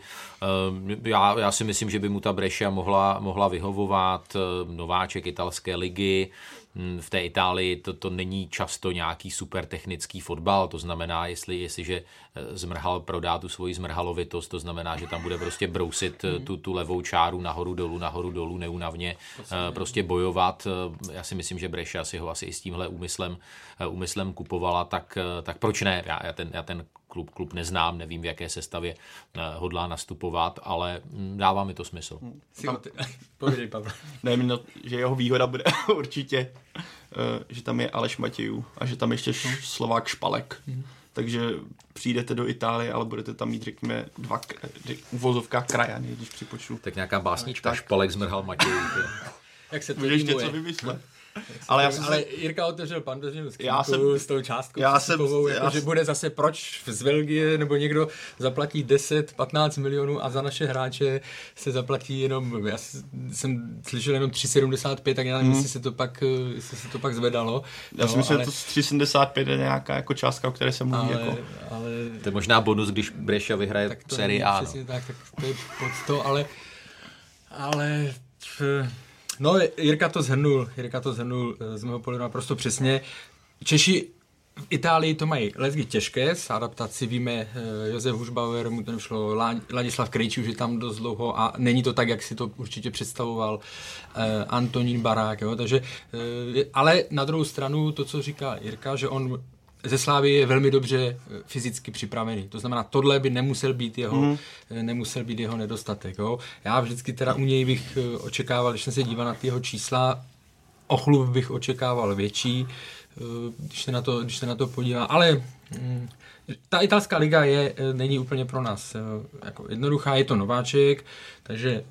já, já si myslím, že by mu ta Brescia mohla, mohla vyhovovat, nováček italské ligy. V té Itálii to, to není často nějaký super technický fotbal, to znamená, jestli, jestliže Zmrhal prodá tu svoji zmrhalovitost, to znamená, že tam bude prostě brousit tu, tu levou čáru nahoru dolů, nahoru dolů, neúnavně prostě bojovat. Já si myslím, že Brescia si ho asi i s tímhle úmyslem, úmyslem kupovala, tak, tak proč ne? Já, já, ten, já ten klub, klub neznám, nevím, v jaké sestavě hodlá nastupovat, ale dává mi to smysl. Povědej, Pavel. Ne, no, že jeho výhoda bude určitě, že tam je Aleš Matějů a že tam ještě Slovák Špalek. Mm. Takže přijdete do Itálie, ale budete tam mít, řekněme, dva uvozovka krajany, když připočtu. Tak nějaká básnička, tak. Špalek, Zmrhal, Matějů. Jak se to můžeš něco vymyslet. Ale, já jsem ale se... Jirka otevřel Pandořinu skřínku jsem... s tou částkou, já jsem... jako, já že jsem... bude zase proč z Belgie nebo někdo zaplatí deset patnáct milionů a za naše hráče se zaplatí jenom, já jsem slyšel jenom tři sedmdesát pět, tak já nevím, hmm. jestli se to pak, jestli se to pak zvedalo. Já si myslím, ale... že to tři sedmdesát pět je nějaká jako částka, o které se mluví. Ale, jako... ale... To je možná bonus, když Brescia vyhraje tak to Serie A. Přesně tak, tak to je pod to, ale ale... No, Jirka to zhrnul, Jirka to zhrnul z mého pohledu naprosto přesně. Češi v Itálii to mají lecky těžké, s adaptací víme, Josef Hušbauer, mu to šlo, Ladislav Krejčí už je tam dost dlouho a není to tak, jak si to určitě představoval Antonín Barák, jo, takže, ale na druhou stranu to, co říká Jirka, že on ze Slávy je velmi dobře fyzicky připravený. To znamená, tohle by nemusel být jeho, mm. nemusel být jeho nedostatek. Jo? Já vždycky teda u něj bych očekával, když jsem se díval na ty jeho čísla, o chlup bych očekával větší, když se na to, když se na to podívá. Ale mm, ta italská liga je, není úplně pro nás jako jednoduchá, je to nováček, takže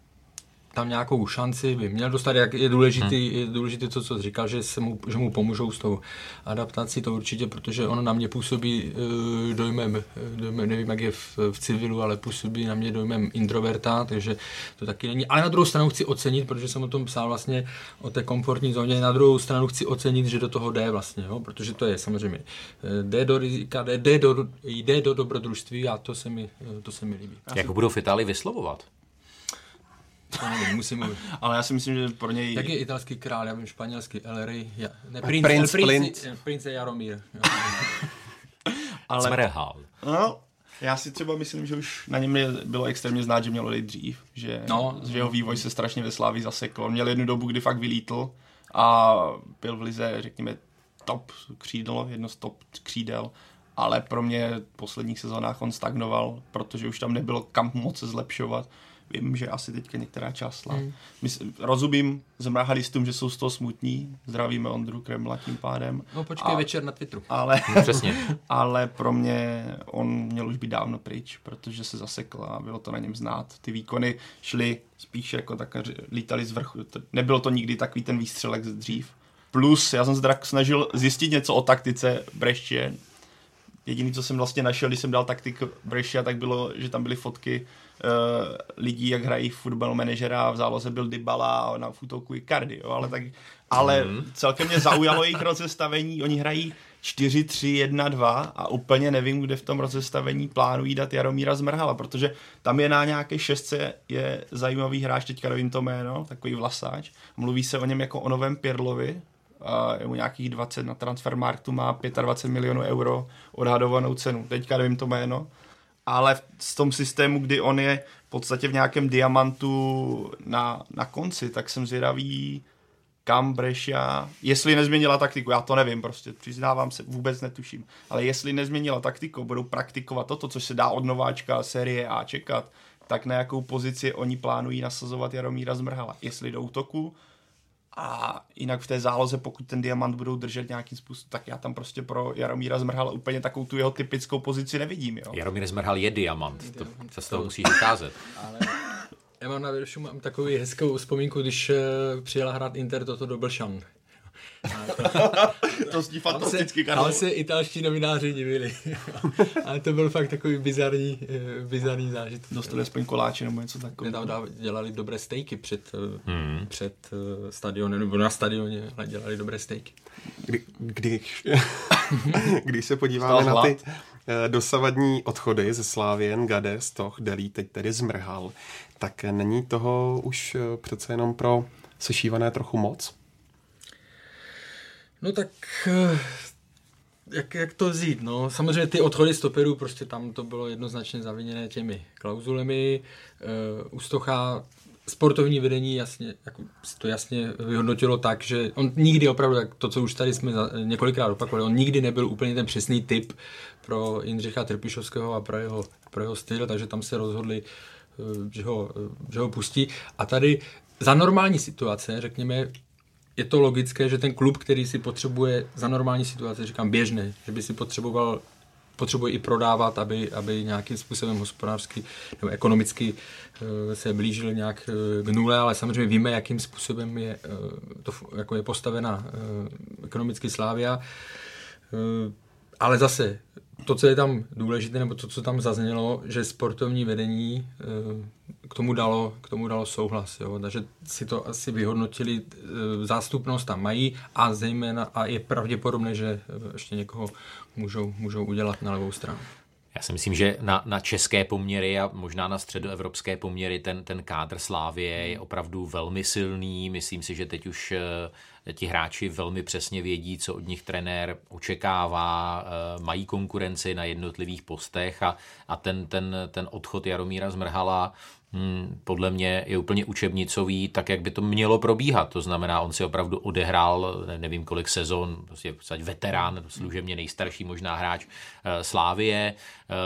tam nějakou šanci by měl dostat, jak je důležitý, hmm. je důležité to, co jsi říkal, že, se mu, že mu pomůžou s tou adaptací, to určitě, protože on na mě působí uh, dojmem, dojmem, nevím, jak je v, v civilu, ale působí na mě dojmem introverta, takže to taky není. Ale na druhou stranu chci ocenit, protože jsem o tom psal vlastně o té komfortní zóně, na druhou stranu chci ocenit, že do toho jde vlastně, jo? Protože to je samozřejmě, jde do rizika, jde, jde, do, jde do dobrodružství a to se mi, to se mi líbí. Jak ho budou v Itálii vyslovovat? To nevím, musím mluvit. Ale já si myslím, že pro něj... Jak je italský král, já vím španělský, El Rey, ja, ne, princ, princ, princ, princ. princ, prince Jaromír. Ale... Zmrhal. No, já si třeba myslím, že už na něm bylo extrémně znát, že měl odejít dřív, že, no, že jeho vývoj se strašně ve Slávii zasekl. On měl jednu dobu, kdy fakt vylítl a byl v lize, řekněme, top křídlo, jedno z top křídel, ale pro mě v posledních sezónách on stagnoval, protože už tam nebylo kam moc se zlepšovat. vím, že asi teďka některá část slá. Hmm. Rozumím zmrahalistům, že jsou z toho smutní. Zdravíme Ondru Kremla tím pádem. No počkej, a, večer na Twitteru. Ale, no, přesně. ale pro mě on měl už být dávno pryč, protože se zasekl a bylo to na něm znát. Ty výkony šly spíš jako tak, lítali z vrchu. Nebylo to nikdy takový ten výstřelek z dřív. Plus, já jsem se tak snažil zjistit něco o taktice Brescia. Jediný, co jsem vlastně našel, když jsem dal taktik Brescia, tak bylo, že tam byly fotky uh, lidí, jak hrají fotbal manažera, v záloze byl Dybala a na útoku Icardi, jo, ale, tak, ale mm. celkem mě zaujalo jejich rozestavení, oni hrají čtyři tři jedna dva a úplně nevím, kde v tom rozestavení plánují dát Jaromíra Zmrhala, protože tam je na nějaké šestce je zajímavý hráč, teďka nevím to jméno, takový vlasáč, mluví se o něm jako o novém Pirlovi, a je mu nějakých dvacet na Transfermarktu, má dvacet pět milionů euro odhadovanou cenu. Teďka nevím to jméno, ale v tom systému, kdy on je v podstatě v nějakém diamantu na, na konci, tak jsem zvědavý, kam Brescia, jestli nezměnila taktiku, já to nevím prostě, přiznávám se, vůbec netuším, ale jestli nezměnila taktiku, budou praktikovat toto, což se dá od nováčka série A čekat, tak na jakou pozici oni plánují nasazovat Jaromíra Zmrhala. Jestli do útoku, a jinak v té záloze, pokud ten diamant budou držet nějakým způsobem, tak já tam prostě pro Jaromíra Zmrhala úplně takovou tu jeho typickou pozici nevidím. Jo? Jaromír Zmrhal je diamant, to se z toho musí vycházet. Ale já mám na věršu, mám takovou hezkou vzpomínku, když uh, přijela hrát Inter toto do Blšan. To zní fantasticky, Karol. Ale se italští novináři divili. Ale to byl fakt takový bizarní, bizarní zážitek. Dostali aspoň koláče nebo něco takového. Tam dělali dobré stejky před, hmm. před stadionem, nebo na stadioně dělali dobré stejky. Kdy, když, když se podíváme na ty dosavadní odchody ze Slávie, Ngade, Stoch, Delí, teď tedy Zmrhal, tak není toho už přece jenom pro sešívané trochu moc? No tak, jak, jak to vzít, no, samozřejmě ty odchody stoperů, prostě tam to bylo jednoznačně zaviněné těmi klauzulemi, uh, u Stocha sportovní vedení jasně, jako to jasně vyhodnotilo tak, že on nikdy opravdu, jak to, co už tady jsme několikrát opakovali, on nikdy nebyl úplně ten přesný typ pro Jindřicha Trpišovského a pro jeho, pro jeho styl, takže tam se rozhodli, že ho, že ho pustí. A tady za normální situace, řekněme, je to logické, že ten klub, který si potřebuje za normální situace, říkám běžné, že by si potřeboval, potřebuje i prodávat, aby, aby nějakým způsobem hospodářsky nebo ekonomicky uh, se blížil nějak uh, k nule, ale samozřejmě víme, jakým způsobem je, uh, to, jako je postavena uh, ekonomicky Slavia. Uh, ale zase, to, co je tam důležité, nebo to, co tam zaznělo, že sportovní vedení uh, k tomu dalo, k tomu dalo souhlas. Jo? Takže si to asi vyhodnotili, zástupnost tam mají a zejména a je pravděpodobné, že ještě někoho můžou, můžou udělat na levou stranu. Já si myslím, že na, na české poměry a možná na středoevropské poměry ten, ten kádr Slávie je opravdu velmi silný. Myslím si, že teď už ti hráči velmi přesně vědí, co od nich trenér očekává, mají konkurenci na jednotlivých postech a, a ten, ten, ten odchod Jaromíra Zmrhala Hmm, podle mě je úplně učebnicový, tak jak by to mělo probíhat. To znamená, on si opravdu odehrál, nevím kolik sezon, prostě veterán, služebně nejstarší možná hráč e, Slávie. E,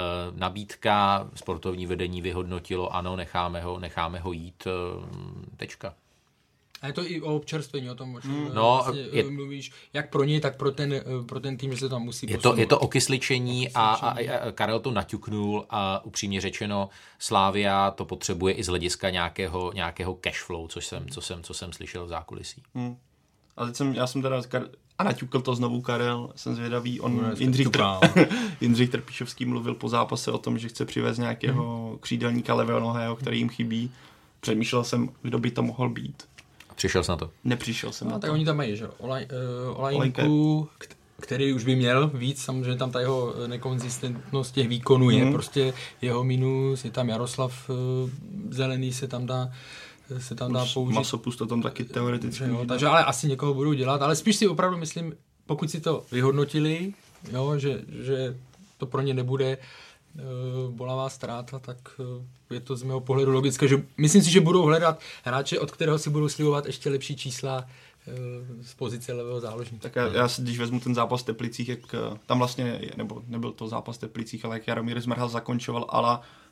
nabídka, sportovní vedení vyhodnotilo, ano, necháme ho, necháme ho jít, e, tečka. A je to i o občerstvení, o tom, o čem mm. no, vlastně je, mluvíš, jak pro něj, tak pro ten, pro ten tým, že se tam musí je to, je to okysličení a, a, a Karel to naťuknul a upřímně řečeno Slavia to potřebuje i z hlediska nějakého, nějakého cashflow, což jsem, co jsem, co jsem slyšel v zákulisí. Mm. A teď jsem, já jsem teda a naťukl to znovu Karel, jsem zvědavý, on no, Jindřich, Tr- Jindřich Trpišovský mluvil po zápase o tom, že chce přivést nějakého mm. křídelníka levého nohého, který jim chybí. Přemýšlel jsem, kdo by to mohl být. Přišel jsi na to? Nepřišel jsem no, na tak to. oni tam mají, že Olaj, uh, Olajinku, který už by měl víc, samozřejmě tam ta jeho nekonzistentnost těch výkonů je, mm. prostě jeho minus, je tam Jaroslav uh, Zelený se tam dá se tam dá použít. Masopust to tam taky teoreticky. Jo, takže ale asi někoho budou dělat, ale spíš si opravdu myslím, pokud si to vyhodnotili, jo, že, že to pro ně nebude uh, bolavá ztráta, tak uh, je to z mého pohledu logické, že myslím si, že budou hledat hráče, od kterého si budou slibovat ještě lepší čísla uh, z pozice levého záložníka. Tak já, já si, když vezmu ten zápas v Teplicích, jak tam vlastně, nebo nebyl to zápas v Teplicích, ale jak Jaromír Zmrhal zakončoval ala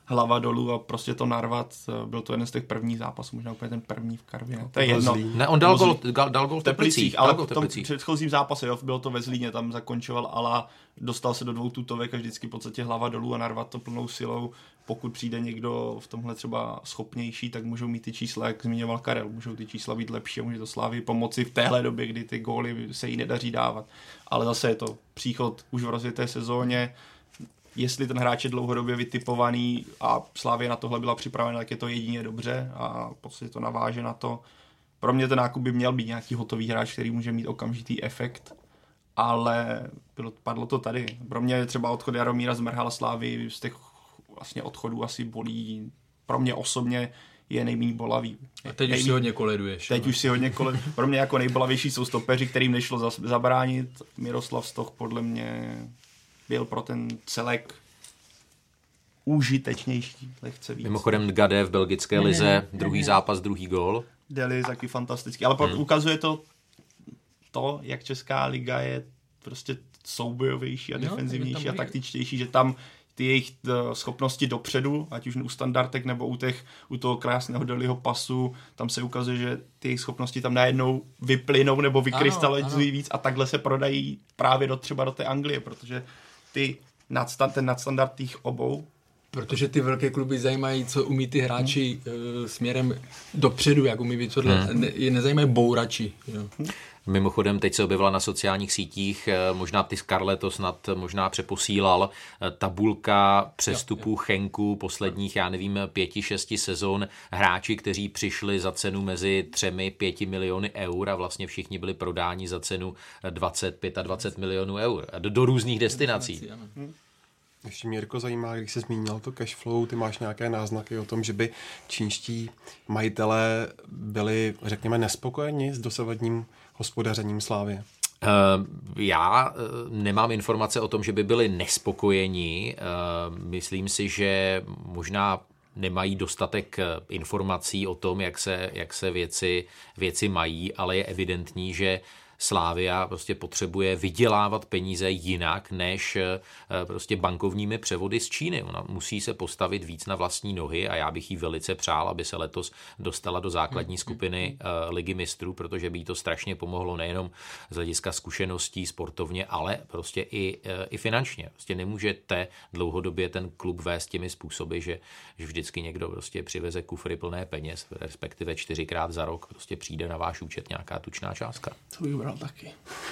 hlava dolů a prostě to narvat. Byl to jeden z těch prvních zápasů, možná úplně ten první v Karviné. To je jedno. Ne, on dal gol, dal gol v Teplicích, ale v v tom předchozím zápase, jo, bylo to ve Zlíně, tam zakončoval Ala, dostal se do dvou tutovek a vždycky v podstatě hlava dolů a narvat to plnou silou. Pokud přijde někdo v tomhle třeba schopnější, tak můžou mít ty čísla, jak zmiňoval Karel, můžou ty čísla být lepší a může to Slávii pomoci v téhle době, kdy ty góly se jí nedaří dávat. Ale zase je to příchod už v rozjeté sezóně. Jestli ten hráč je dlouhodobě vytipovaný a Slavia na tohle byla připravena, tak je to jedině dobře a v podstatě to naváže na to. Pro mě ten nákup by měl být nějaký hotový hráč, který může mít okamžitý efekt, ale bylo, padlo to tady. Pro mě třeba odchod Jaromíra Zmrhala Slávy z těch vlastně odchodů asi bolí. Pro mě osobně je nejméně bolavý. A teď nejmí... už si hodně koleduješ. Teď ne? už si hodně koleduješ. Pro mě jako nejbolavější jsou stopeři, kterým nešlo zabránit. Miroslav Stoch podle mě byl pro ten celek užitečnější, lehce víc. Mimochodem Gade v belgické lize, ne, ne, druhý ne, zápas, druhý gól. Deli taky fantastický, ale hmm. ukazuje to to, jak česká liga je prostě soubojovější a no, defenzivnější a taktičtější, že tam ty jejich schopnosti dopředu, ať už u standardek nebo u, těch, u toho krásného Deliho pasu, tam se ukazuje, že ty jejich schopnosti tam najednou vyplynou nebo vykrystalizují víc a takhle se prodají právě do, třeba do té Anglie, protože ty nadstand, ten nadstandard těch obou. Protože ty velké kluby zajímají, co umí ty hráči hmm. uh, směrem dopředu, jak umí být tohle. Hmm. Ne, je nezajímají bourači. Jo. Hmm. Mimochodem, teď se objevila na sociálních sítích, možná ty Scarlett to snad možná přeposílal, tabulka přestupů Chenku posledních, já nevím, pěti, šesti sezon, hráči, kteří přišli za cenu mezi třemi, pěti miliony eur a vlastně všichni byli prodáni za cenu dvacet, dvacet pět milionů eur do, do různých destinací. Ještě mě, Jirko, zajímá, když jsi zmínil to cash flow, ty máš nějaké náznaky o tom, že by čínští majitelé byli, řekněme, nespokojeni s dosavadním hospodařením Slávie? Já nemám informace o tom, že by byli nespokojeni. Myslím si, že možná nemají dostatek informací o tom, jak se, jak se věci, věci mají, ale je evidentní, že Slavia prostě potřebuje vydělávat peníze jinak než prostě bankovními převody z Číny. Ona musí se postavit víc na vlastní nohy a já bych jí velice přál, aby se letos dostala do základní skupiny Ligy mistrů, protože by jí to strašně pomohlo nejenom z hlediska zkušeností sportovně, ale prostě i, i finančně. Prostě nemůžete dlouhodobě ten klub vést těmi způsoby, že, že vždycky někdo prostě přiveze kufry plné peněz, respektive čtyřikrát za rok prostě přijde na váš účet nějaká tučná částka. Taky.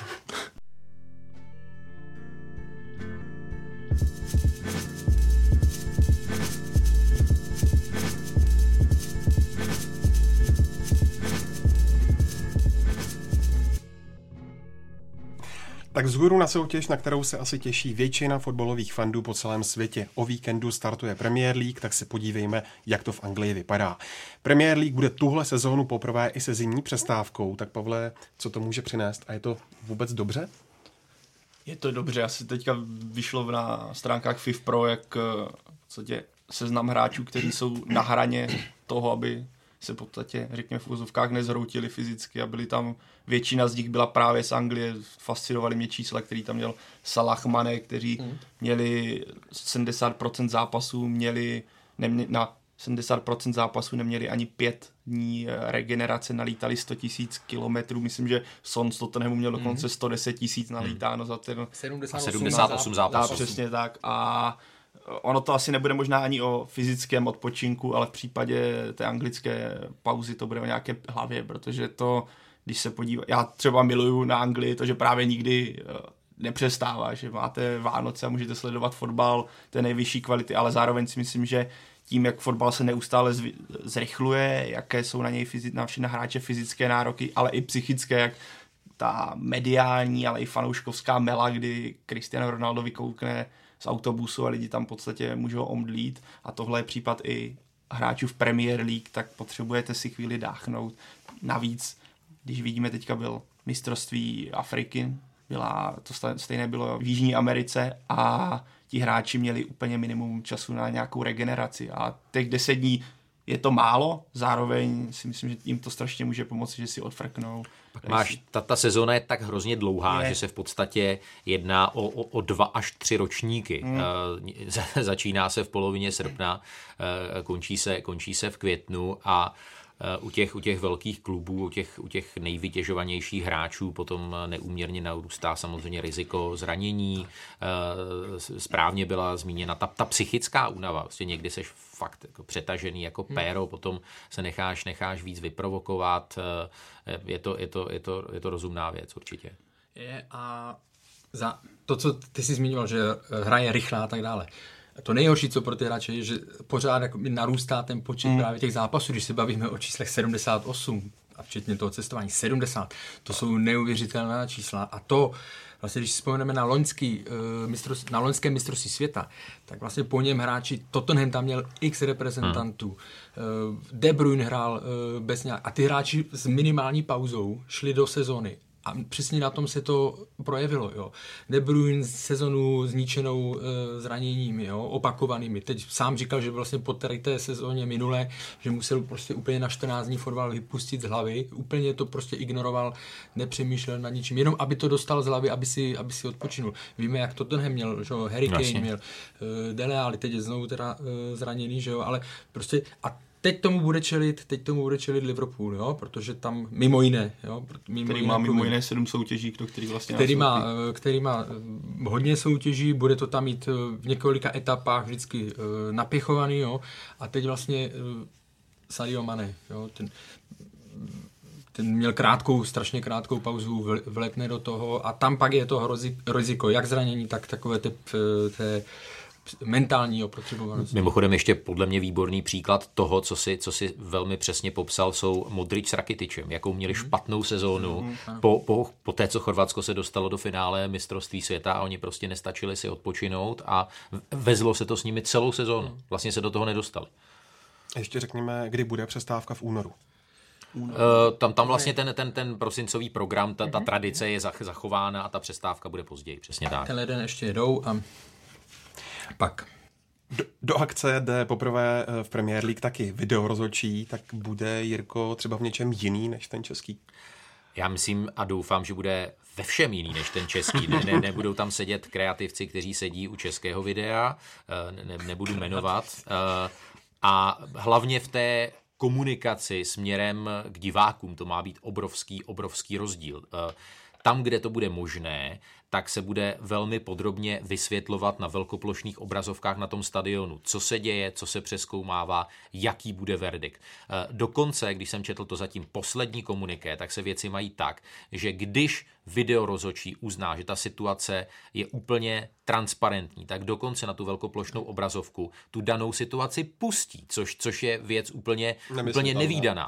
Tak vzhůru na soutěž, na kterou se asi těší většina fotbalových fandů po celém světě. O víkendu startuje Premier League, tak se podívejme, jak to v Anglii vypadá. Premier League bude tuhle sezónu poprvé i se zimní přestávkou. Tak Pavle, co to může přinést? A je to vůbec dobře? Je to dobře. Asi teďka vyšlo na stránkách FIFPro, jak v seznam hráčů, kteří jsou na hraně toho, aby se v podstatě, řekněme, v úzovkách nezhroutili fyzicky a byli tam, většina z nich byla právě z Anglie, fascinovali mě čísla, který tam měl Salah, Mane, kteří mm. měli sedmdesát procent zápasů, měli nemě, na sedmdesát procent zápasů neměli ani pět dní regenerace, nalítali sto tisíc kilometrů, myslím, že Son z Tottenhamu měl dokonce sto deset tisíc nalítáno mm. za ten sedmdesát osm zápasů. Tak, přesně tak a ono to asi nebude možná ani o fyzickém odpočinku, ale v případě té anglické pauzy to bude o nějaké hlavě, protože to, když se podívá, já třeba miluju na Anglii to, že právě nikdy nepřestává, že máte Vánoce a můžete sledovat fotbal té nejvyšší kvality, ale zároveň si myslím, že tím, jak fotbal se neustále zrychluje, jaké jsou na něj fyzi- na všechny hráče fyzické nároky, ale i psychické, jak ta mediální, ale i fanouškovská mela, kdy Cristiano Ronaldo vykoukne z autobusu a lidi tam v podstatě můžou omdlít a tohle je případ i hráčů v Premier League, tak potřebujete si chvíli dáchnout. Navíc, když vidíme, teďka byl mistrovství Afriky, byla, to stejné bylo v Jižní Americe a ti hráči měli úplně minimum času na nějakou regeneraci a těch deset dní je to málo, zároveň si myslím, že jim to strašně může pomoci, že si odfrknou. Pak máš, ta, ta sezóna je tak hrozně dlouhá, je. že se v podstatě jedná o, o, o dva až tři ročníky. Hmm. E, začíná se v polovině srpna, e, končí se, končí se v květnu a u těch, u těch velkých klubů, u těch, u těch nejvytěžovanějších hráčů potom neúměrně narůstá samozřejmě riziko zranění. Správně byla zmíněna ta, ta psychická únava. Vlastně někdy seš fakt jako přetažený jako péro, potom se necháš, necháš víc vyprovokovat. Je to, je to, je to, je to rozumná věc určitě. Je a za to, co ty jsi zmiňoval, že hra je rychlá a tak dále. To nejhorší, co pro ty hráče je, že pořád jako narůstá ten počet hmm. právě těch zápasů, když se bavíme o číslech sedmdesát osm a včetně toho cestování sedmdesát, to jsou neuvěřitelná čísla a to vlastně, když si vzpomeneme na, loňský, uh, mistros, na loňské mistrovství světa, tak vlastně po něm hráči, Tottenham tam měl x reprezentantů, hmm. uh, De Bruyne hrál uh, bez nějak a ty hráči s minimální pauzou šli do sezóny. A přesně na tom se to projevilo. Jo. De Bruyne sezonu zničenou e, zraněními, jo, opakovanými. Teď sám říkal, že vlastně po té sezóně minulé, že musel prostě úplně na čtrnáct dní fotbal vypustit z hlavy. Úplně to prostě ignoroval, nepřemýšlel na ničím. Jenom aby to dostal z hlavy, aby si, aby si odpočinul. Víme, jak Tottenham měl, že Harry Kane vlastně měl, e, Dele Alli, teď je znovu teda e, zraněný, že jo, ale prostě a Teď tomu bude čelit, teď tomu bude čelit Liverpool, jo, protože tam mimo jiné, jo, mimo který jiné, má mimo jiné sedm soutěží, do kterých vlastně který má, který má hodně soutěží, bude to tam mít v několika etapách vždycky napěchovaný, jo, a teď vlastně Sadio Mané, jo, ten, ten měl krátkou, strašně krátkou pauzu, vletne do toho a tam pak je to riziko, jak zranění, tak takové ty, té mentální opotřebovanosti. Mimochodem ještě podle mě výborný příklad toho, co si, co si velmi přesně popsal, jsou Modrič s Rakitičem, jakou měli špatnou sezónu mm, po, po, po té, co Chorvatsko se dostalo do finále mistrovství světa a oni prostě nestačili si odpočinout a vezlo se to s nimi celou sezónu. Vlastně se do toho nedostali. Ještě řekněme, kdy bude přestávka v únoru. Uh, tam, tam vlastně ten, ten, ten prosincový program, ta, ta tradice je zachována a ta přestávka bude později, přesně tak. Ten leden ještě jedou a pak. Do, do akce jde poprvé v Premier League taky videorozhodčí, tak bude Jirko třeba v něčem jiný než ten český? Já myslím a doufám, že bude ve všem jiný než ten český. Ne, ne, nebudou tam sedět kreativci, kteří sedí u českého videa, ne, nebudu jmenovat. A hlavně v té komunikaci směrem k divákům to má být obrovský, obrovský rozdíl. Tam, kde to bude možné, tak se bude velmi podrobně vysvětlovat na velkoplošných obrazovkách na tom stadionu, co se děje, co se přezkoumává, jaký bude verdikt. Dokonce, když jsem četl to zatím poslední komuniké, tak se věci mají tak, že když videorozhodčí uzná, že ta situace je úplně transparentní, tak dokonce na tu velkoplošnou obrazovku tu danou situaci pustí, což, což je věc úplně, úplně nevídaná.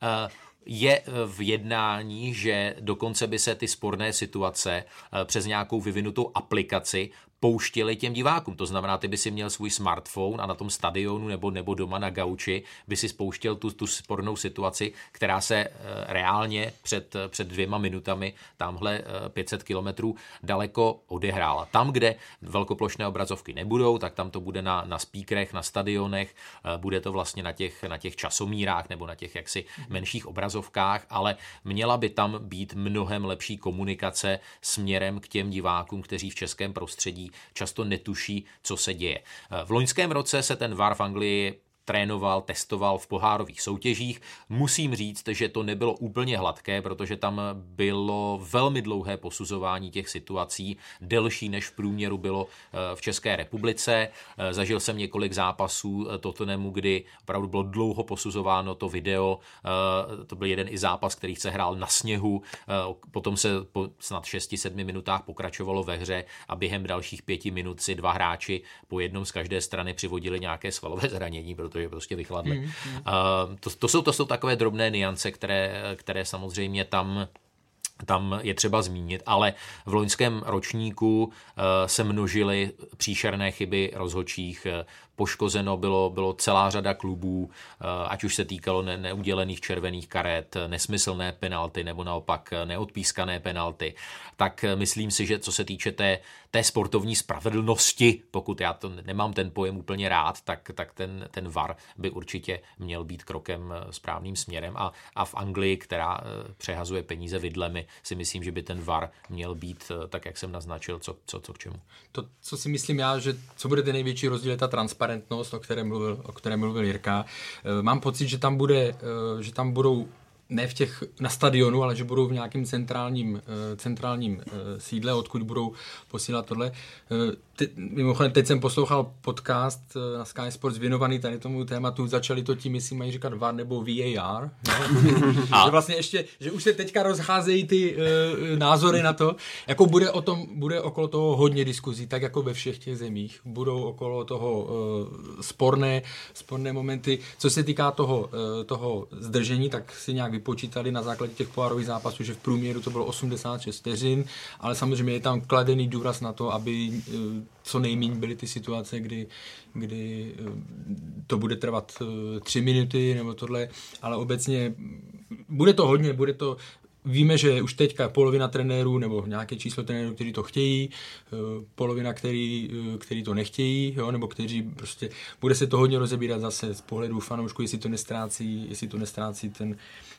Je v jednání, že dokonce by se ty sporné situace přes nějakou vyvinutou aplikaci pouštěli těm divákům. To znamená, ty by si měl svůj smartphone a na tom stadionu nebo, nebo doma na gauči by si spouštěl tu, tu spornou situaci, která se reálně před, před dvěma minutami tamhle pět set kilometrů daleko odehrála. Tam, kde velkoplošné obrazovky nebudou, tak tam to bude na, na speakerech, na stadionech, bude to vlastně na těch, na těch časomírách nebo na těch jaksi menších obrazovkách, ale měla by tam být mnohem lepší komunikace směrem k těm divákům, kteří v českém prostředí často netuší, co se děje. V loňském roce se ten V A R v Anglii trénoval, testoval v pohárových soutěžích. Musím říct, že to nebylo úplně hladké, protože tam bylo velmi dlouhé posuzování těch situací, delší než v průměru bylo v České republice. Zažil jsem několik zápasů Tottenhamu, kdy opravdu bylo dlouho posuzováno to video. To byl jeden i zápas, který se hrál na sněhu. Potom se po snad šesti sedmi minutách pokračovalo ve hře a během dalších pěti minut si dva hráči po jednom z každé strany přivodili nějaké svalové zranění, protože je prostě vychladli. Mm, mm. Uh, to, to, jsou, to jsou takové drobné niance, které, které samozřejmě tam tam je třeba zmínit, ale v loňském ročníku uh, se množily příšerné chyby rozhodčích, poškozeno bylo, bylo celá řada klubů, uh, ať už se týkalo ne, neudělených červených karet, nesmyslné penalty nebo naopak neodpískané penalty. Tak myslím si, že co se týče té, té sportovní spravedlnosti, pokud já to nemám ten pojem úplně rád, tak, tak ten, ten V A R by určitě měl být krokem správným směrem a, a v Anglii, která přehazuje peníze vidlemi, si myslím, že by ten V A R měl být, tak jak jsem naznačil, co, co, co k čemu. To, co si myslím já, že co bude ten největší rozdíl, je ta transparentnost, o které mluvil, o které mluvil Jirka. Mám pocit, že tam bude, že tam budou ne v těch na stadionu, ale že budou v nějakém centrálním, centrálním sídle, odkud budou posílat tohle. Te, mimochodem, teď jsem poslouchal podcast na Sky Sports věnovaný tady tomu tématu, začali to tím, jestli mají říkat V A R nebo V A R. Že vlastně ještě, že už se teďka rozcházejí ty uh, názory na to. Jako bude o tom, bude okolo toho hodně diskuzí, tak jako ve všech těch zemích. Budou okolo toho uh, sporné, sporné momenty. Co se týká toho, uh, toho zdržení, tak si nějak vypočítali na základě těch pohárových zápasů, že v průměru to bylo osmdesát šest vteřin, ale samozřejmě je tam kladený důraz na to, aby uh, co nejméně byly ty situace, kdy, kdy to bude trvat tři minuty nebo tohle, ale obecně bude to hodně, bude to, víme, že už teďka polovina trenérů nebo nějaké číslo trenérů, kteří to chtějí, polovina, který, který to nechtějí, jo, nebo kteří prostě, bude se to hodně rozebírat zase z pohledu fanoušku, jestli to nestrácí, jestli to nestrácí ten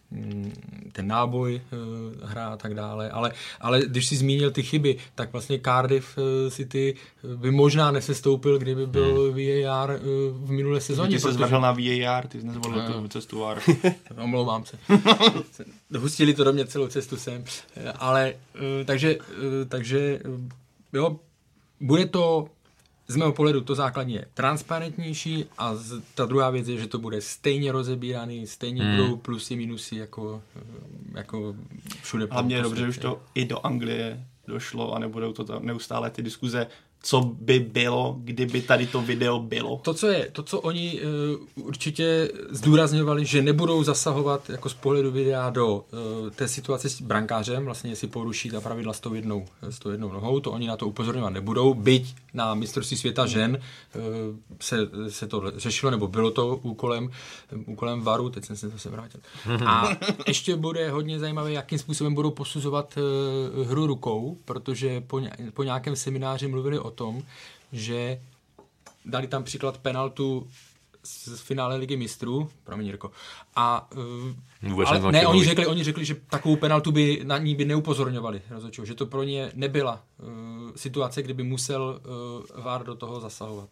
ten náboj uh, hra a tak dále, ale, ale když si zmínil ty chyby, tak vlastně Cardiff uh, City by možná nesestoupil, kdyby byl hmm. V A R uh, v minulé sezóně. Ty jsi zvrhl na V A R, ty jsi nezvolil no. tu cestu V A R. Omlouvám se. Hustili to do mě celou cestu sem. Ale uh, takže, uh, takže uh, jo, bude to z mého pohledu to základní je transparentnější a z, ta druhá věc je, že to bude stejně rozebíraný, stejně hmm. budou plusy, minusy jako, jako všude. A mě je dobře, že už to i do Anglie došlo a nebudou to tam neustále ty diskuze, co by bylo, kdyby tady to video bylo. To, co je, to, co oni uh, určitě zdůrazňovali, že nebudou zasahovat jako z pohledu videa do uh, té situace s brankářem, vlastně jestli poruší ta pravidla s tou jednou, s tou jednou nohou, to oni na to upozorňovat nebudou, byť na mistrovství světa žen uh, se, se to řešilo, nebo bylo to úkolem, úkolem V A Ru, teď jsem se zase vrátil. A ještě bude hodně zajímavé, jakým způsobem budou posuzovat uh, hru rukou, protože po, ně, po nějakém semináři mluvili o tom, že dali tam příklad penaltu z finále Ligy mistrů, promiň Jirko, a uh, ale ne, oni řekli, oni řekli, že takovou penaltu by na ní by neupozorňovali, rozhodčího, že to pro ně nebyla uh, situace, kdyby musel uh, V A R do toho zasahovat.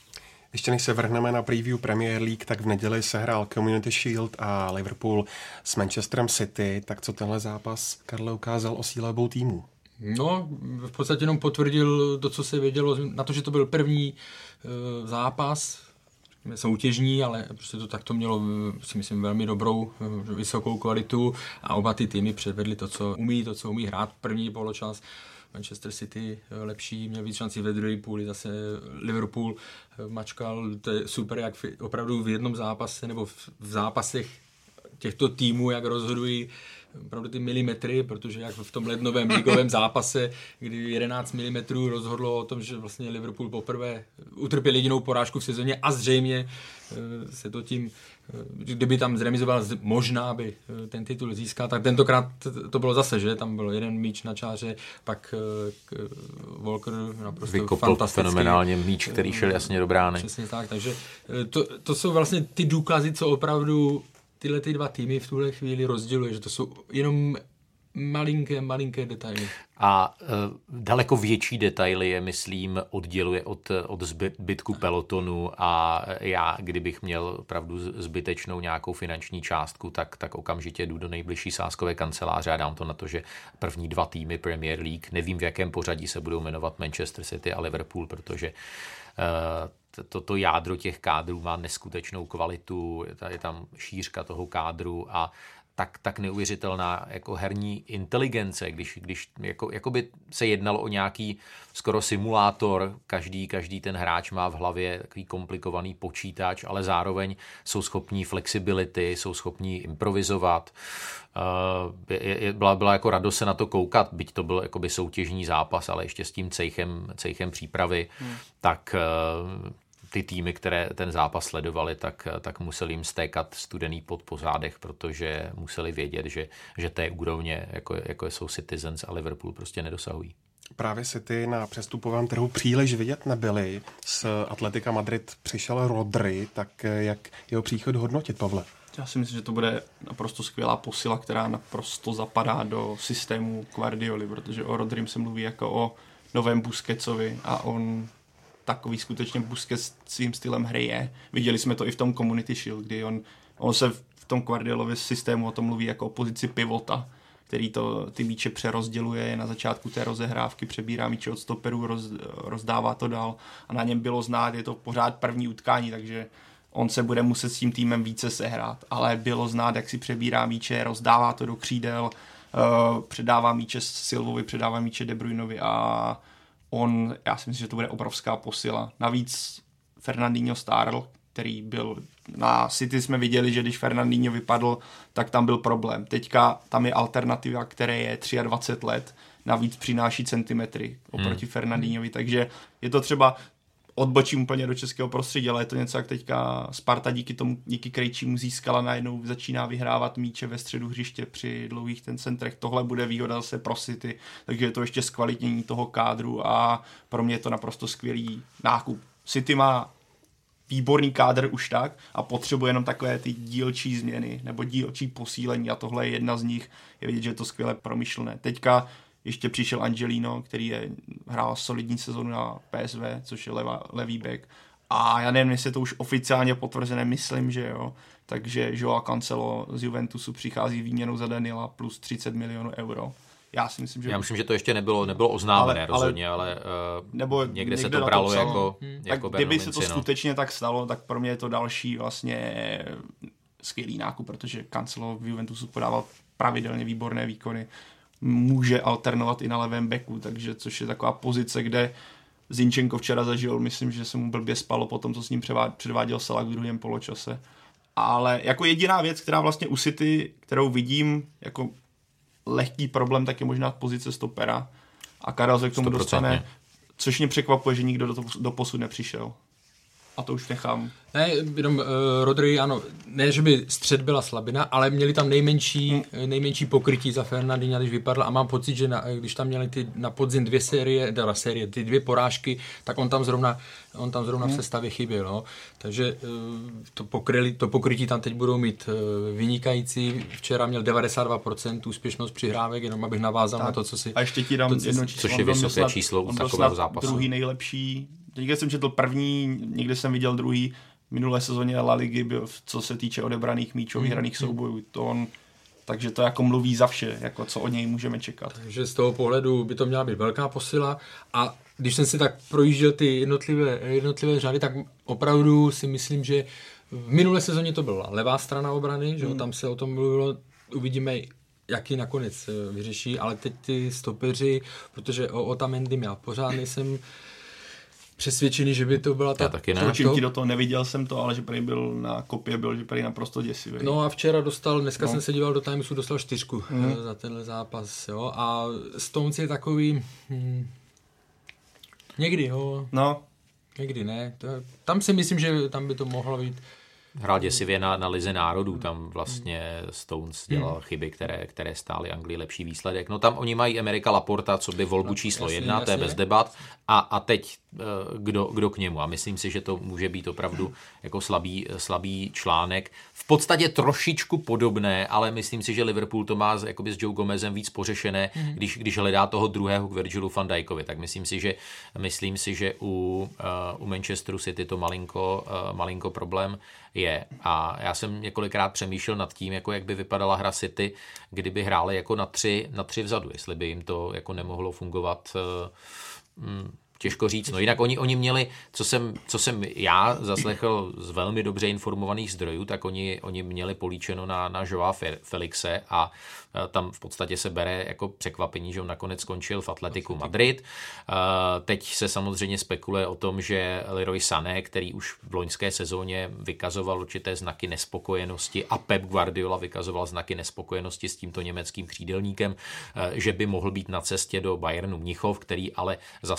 Ještě než se vrhneme na preview Premier League, tak v neděli se hrál Community Shield a Liverpool s Manchesterem City, tak co tenhle zápas, Karle, ukázal o síle obou týmů? No, v podstatě jenom potvrdil to, co se vědělo, na to, že to byl první uh, zápas, soutěžní, ale prostě to takto mělo, si myslím, velmi dobrou, vysokou kvalitu a oba ty týmy předvedli to, co umí, to, co umí hrát. První poločas Manchester City lepší, měl víc šancí ve druhé půli, zase Liverpool mačkal, to je super, jak opravdu v jednom zápase nebo v, v zápasech těchto týmů, jak rozhodují opravdu ty milimetry, protože jak v tom lednovém ligovém zápase, kdy jedenáct milimetrů rozhodlo o tom, že vlastně Liverpool poprvé utrpěl jedinou porážku v sezóně a zřejmě se to tím, kdyby tam zremizoval, možná by ten titul získal, tak tentokrát to bylo zase, že tam byl jeden míč na čáře, pak Walker naprosto vykopl fantastický. Fenomenálně míč, který šel jasně do brány. Přesně tak, takže to, to jsou vlastně ty důkazy, co opravdu tyhle ty dva týmy v tuhle chvíli rozděluje, že to jsou jenom malinké, malinké detaily. A e, daleko větší detaily je, myslím, odděluje od, od zbytku pelotonu a já, kdybych měl opravdu zbytečnou nějakou finanční částku, tak, tak okamžitě jdu do nejbližší sázkové kanceláře a dám to na to, že první dva týmy Premier League, nevím v jakém pořadí se budou jmenovat Manchester City a Liverpool, protože e, toto jádro těch kádrů má neskutečnou kvalitu, je tam šířka toho kádru a tak, tak neuvěřitelná jako herní inteligence, když, když jako, jako by se jednalo o nějaký skoro simulátor, každý, každý ten hráč má v hlavě takový komplikovaný počítač, ale zároveň jsou schopní flexibility, jsou schopní improvizovat. Uh, je, je, byla, byla jako radost se na to koukat, byť to byl jakoby soutěžní zápas, ale ještě s tím cejchem, cejchem přípravy, hmm. tak uh, ty týmy, které ten zápas sledovali, tak, tak museli jim stékat studený pot po zádech, protože museli vědět, že, že té úrovně, jako, jako jsou Citizens a Liverpool, prostě nedosahují. právě City na přestupovém trhu příliš vidět nebyly. Z Atletika Madrid přišel Rodri, tak jak jeho příchod hodnotit, Pavle? Já si myslím, že to bude naprosto skvělá posila, která naprosto zapadá do systému Guardioli, protože o Rodrim se mluví jako o novém Busquetsovi a on takový skutečně Busquets svým stylem hry je. Viděli jsme to i v tom Community Shield, kdy on, on se v tom Guardiolově systému o tom mluví jako o pozici pivota, který to, ty míče přerozděluje na začátku té rozehrávky, přebírá míče od stoperů, roz, rozdává to dál a na něm bylo znát, je to pořád první utkání, takže on se bude muset s tím týmem více sehrát, ale bylo znát, jak si přebírá míče, rozdává to do křídel, uh, předává míče Silvovi, předává míče De Bruynovi a on, já si myslím, že to bude obrovská posila. Navíc Fernandinho stárl, který byl na City, jsme viděli, že když Fernandinho vypadl, tak tam byl problém. Teďka tam je alternativa, které je dvacet tři let, navíc přináší centimetry oproti hmm. Fernandinhovi, takže je to třeba, odbočím úplně do českého prostředí, ale je to něco, jak teďka Sparta díky tomu, díky Krejčímu získala, najednou začíná vyhrávat míče ve středu hřiště při dlouhých ten centrech. Tohle bude výhoda zase pro City, takže je to ještě zkvalitnění toho kádru a pro mě je to naprosto skvělý nákup. City má výborný kádr už tak a potřebuje jenom takové ty dílčí změny nebo dílčí posílení a tohle je jedna z nich. Je vidět, že je to skvěle promyšlené. Teďka ještě přišel Angelino, který je, hrál solidní sezonu na P S V, což je leva, levý back. A já nevím, jestli je to už oficiálně potvrzené, myslím, že jo. Takže Joao Cancelo z Juventusu přichází výměnou za Daniela plus třicet milionů euro. Já si myslím, že... Já myslím, že to ještě nebylo, nebylo oznámené ale, rozhodně, ale, ale uh, nebo někde, někde se to bralo to jako, hmm. jako tak kdyby se to skutečně tak stalo, tak pro mě je to další vlastně skvělý nákup, protože Cancelo v Juventusu podával pravidelně výborné výkony. Může alternovat i na levém beku, takže což je taková pozice, kde Zinchenko včera zažil, myslím, že se mu blbě spalo po tom, co s ním předváděl Salah v druhém poločase. Ale jako jediná věc, která vlastně u City, kterou vidím jako lehký problém, tak je možná pozice stopera a Karel se k tomu sto procent dostane, což mě překvapuje, že nikdo do, to, do posud nepřišel. A to už nechám. Ne, jenom uh, Rodri, ano, ne, že by střed byla slabina, ale měli tam nejmenší, hmm. nejmenší pokrytí za Fernandinha, když vypadl a mám pocit, že na, když tam měli ty na podzim dvě série, teda série, ty dvě porážky, tak on tam zrovna, on tam zrovna hmm. v sestavě chyběl, no. Takže uh, to, pokryli, to pokrytí tam teď budou mít uh, vynikající. Včera měl devadesát dva procent úspěšnost přihrávek, jenom abych navázal tak. na to, co si... A ještě ti dám to, jedno číslo. Což je vysoké číslo u takového zápasu. Druhý nejlepší. Někde jsem četl první, někde jsem viděl druhý. Minulé sezóně La Ligy byl, co se týče odebraných míčů, vyhraných soubojů. To on, takže to jako mluví za vše, jako co od něj můžeme čekat. Takže z toho pohledu by to měla být velká posila. A když jsem si tak projížděl ty jednotlivé, jednotlivé řady, tak opravdu si myslím, že v minulé sezóně to byla levá strana obrany, že hmm. tam se o tom mluvilo, uvidíme, jak ji nakonec vyřeší, ale teď ty stopeři, protože o Otamendi já pořád nejsem přesvědčený, že by to byla ta... Já taky ne. Skočím ti do toho, neviděl jsem to, ale že prý byl na kopě, byl, že prý naprosto děsivý. No a včera dostal, dneska no. jsem se díval do Timesu, dostal čtyřku mm. za tenhle zápas, jo, a Stones je takový... Hm, někdy, jo. No. Někdy ne. To, tam si myslím, že tam by to mohlo být... Hrál děsivě na, na Lize národů, tam vlastně Stones dělal hmm. chyby, které, které stály Anglii lepší výsledek. No tam oni mají Amerika Laporta, co by volbu číslo jasný, jedna, jasný. To je bez debat. A, a teď kdo, kdo k němu. A myslím si, že to může být opravdu jako slabý, slabý článek. V podstatě trošičku podobné, ale myslím si, že Liverpool to má jakoby s Joe Gomezem víc pořešené, hmm. když, když hledá toho druhého k Virgilu van Dijkovi. Tak myslím si, že, myslím si, že u, uh, u Manchesteru City to malinko, uh, malinko problém je. A já jsem několikrát přemýšlel nad tím, jako jak by vypadala hra City, kdyby hráli jako na tři, na tři vzadu, jestli by jim to jako nemohlo fungovat. Uh, mm, Těžko říct. No jinak oni, oni měli, co jsem, co jsem já zaslechl z velmi dobře informovaných zdrojů, tak oni, oni měli políčeno na, na Joao Felixe a tam v podstatě se bere jako překvapení, že on nakonec skončil v Atletiku Madrid. Teď se samozřejmě spekuluje o tom, že Leroy Sané, který už v loňské sezóně vykazoval určité znaky nespokojenosti a Pep Guardiola vykazoval znaky nespokojenosti s tímto německým křídelníkem, že by mohl být na cestě do Bayernu Mnichov, který ale zase odrazuje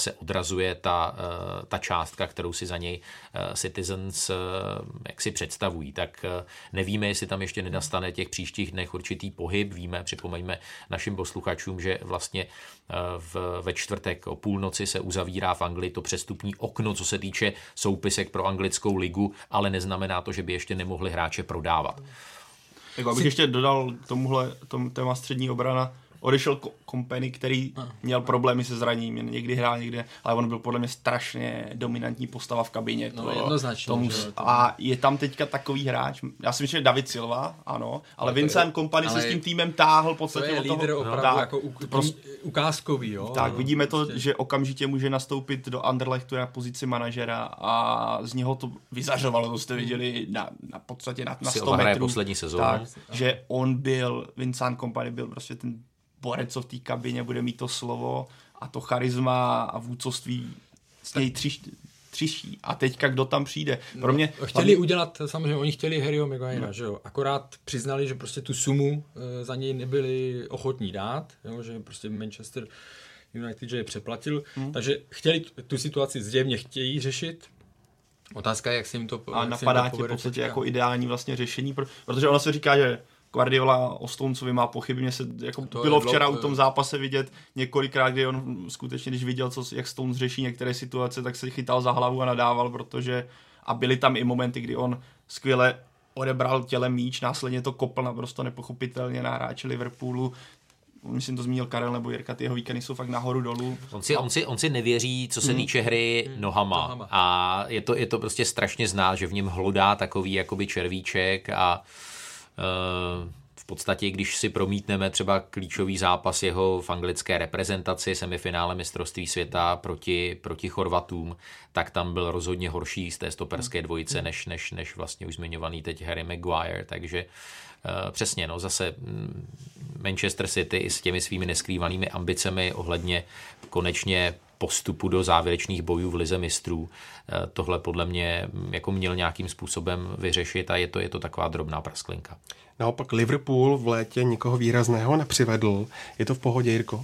ukazuje ta, ta částka, kterou si za něj Citizens jak si představují. Tak nevíme, jestli tam ještě nenastane těch příštích dnech určitý pohyb. Víme, připomeňme našim posluchačům, že vlastně v, ve čtvrtek o půlnoci se uzavírá v Anglii to přestupní okno, co se týče soupisek pro anglickou ligu, ale neznamená to, že by ještě nemohli hráče prodávat. Jako abych ještě dodal k tomuhle tomu téma střední obrana, odešel Kompany, který měl problémy se zraněním, někdy hrál, někdy, ale on byl podle mě strašně dominantní postava v kabině. No, jednoznačně. Tomu, a je tam teďka takový hráč, já si myslím, že David Silva, ano, ale Vincent Kompany se s tím týmem táhl v podstatě to je od toho. lídr opravdu tak, jako u, prostě, ukázkový, jo. Tak, no, vidíme to, prostě. Že okamžitě může nastoupit do Anderlechtu na pozici manažera a z něho to vyzařovalo, to jste viděli na, na podstatě na, na sto metrů. poslední sezónu. Tak, že on byl, Vincent Kompany byl prostě ten borec, co v té kabině bude mít to slovo a to charisma a vůdcovství z něj třiš, třiší. A teďka kdo tam přijde? Pro mě... No, chtěli hlavně... udělat, samozřejmě oni chtěli Harryho Maguirea, no. že jo? Akorát přiznali, že prostě tu sumu e, za něj nebyli ochotní dát, jo? Že prostě Manchester United, že je přeplatil, hmm. takže chtěli tu, tu situaci zjevně chtějí řešit. Otázka je, jak se jim to a napadá tě v podstatě jako ideální vlastně řešení, protože ona se říká, že Guardiola o Stonesovi má pochyby, mě se jako to bylo včera u tom zápase vidět několikrát, kdy on skutečně, když viděl, co, jak Stones řeší některé situace, tak se chytal za hlavu a nadával, protože a byly tam i momenty, kdy on skvěle odebral tělem míč, následně to kopl naprosto nepochopitelně na hráče Liverpoolu. Myslím, to zmínil Karel nebo Jirka, ty jeho víkendy jsou fakt nahoru dolů. On si, on si, on si nevěří, co se týče hry nohama. nohama. A je to, je to prostě strašně znát, že v něm hlodá takový jakoby červíček a v podstatě, když si promítneme třeba klíčový zápas jeho v anglické reprezentaci, semifinále mistrovství světa proti, proti Chorvatům, tak tam byl rozhodně horší z té stoperské dvojice, než, než, než vlastně už zmiňovaný teď Harry Maguire, takže uh, přesně, no zase Manchester City i s těmi svými neskrývanými ambicemi ohledně konečně postupu do závěrečných bojů v lize mistrů. Tohle podle mě jako měl nějakým způsobem vyřešit a je to, je to taková drobná prasklinka. Naopak Liverpool v létě nikoho výrazného nepřivedl. Je to v pohodě, Jirko?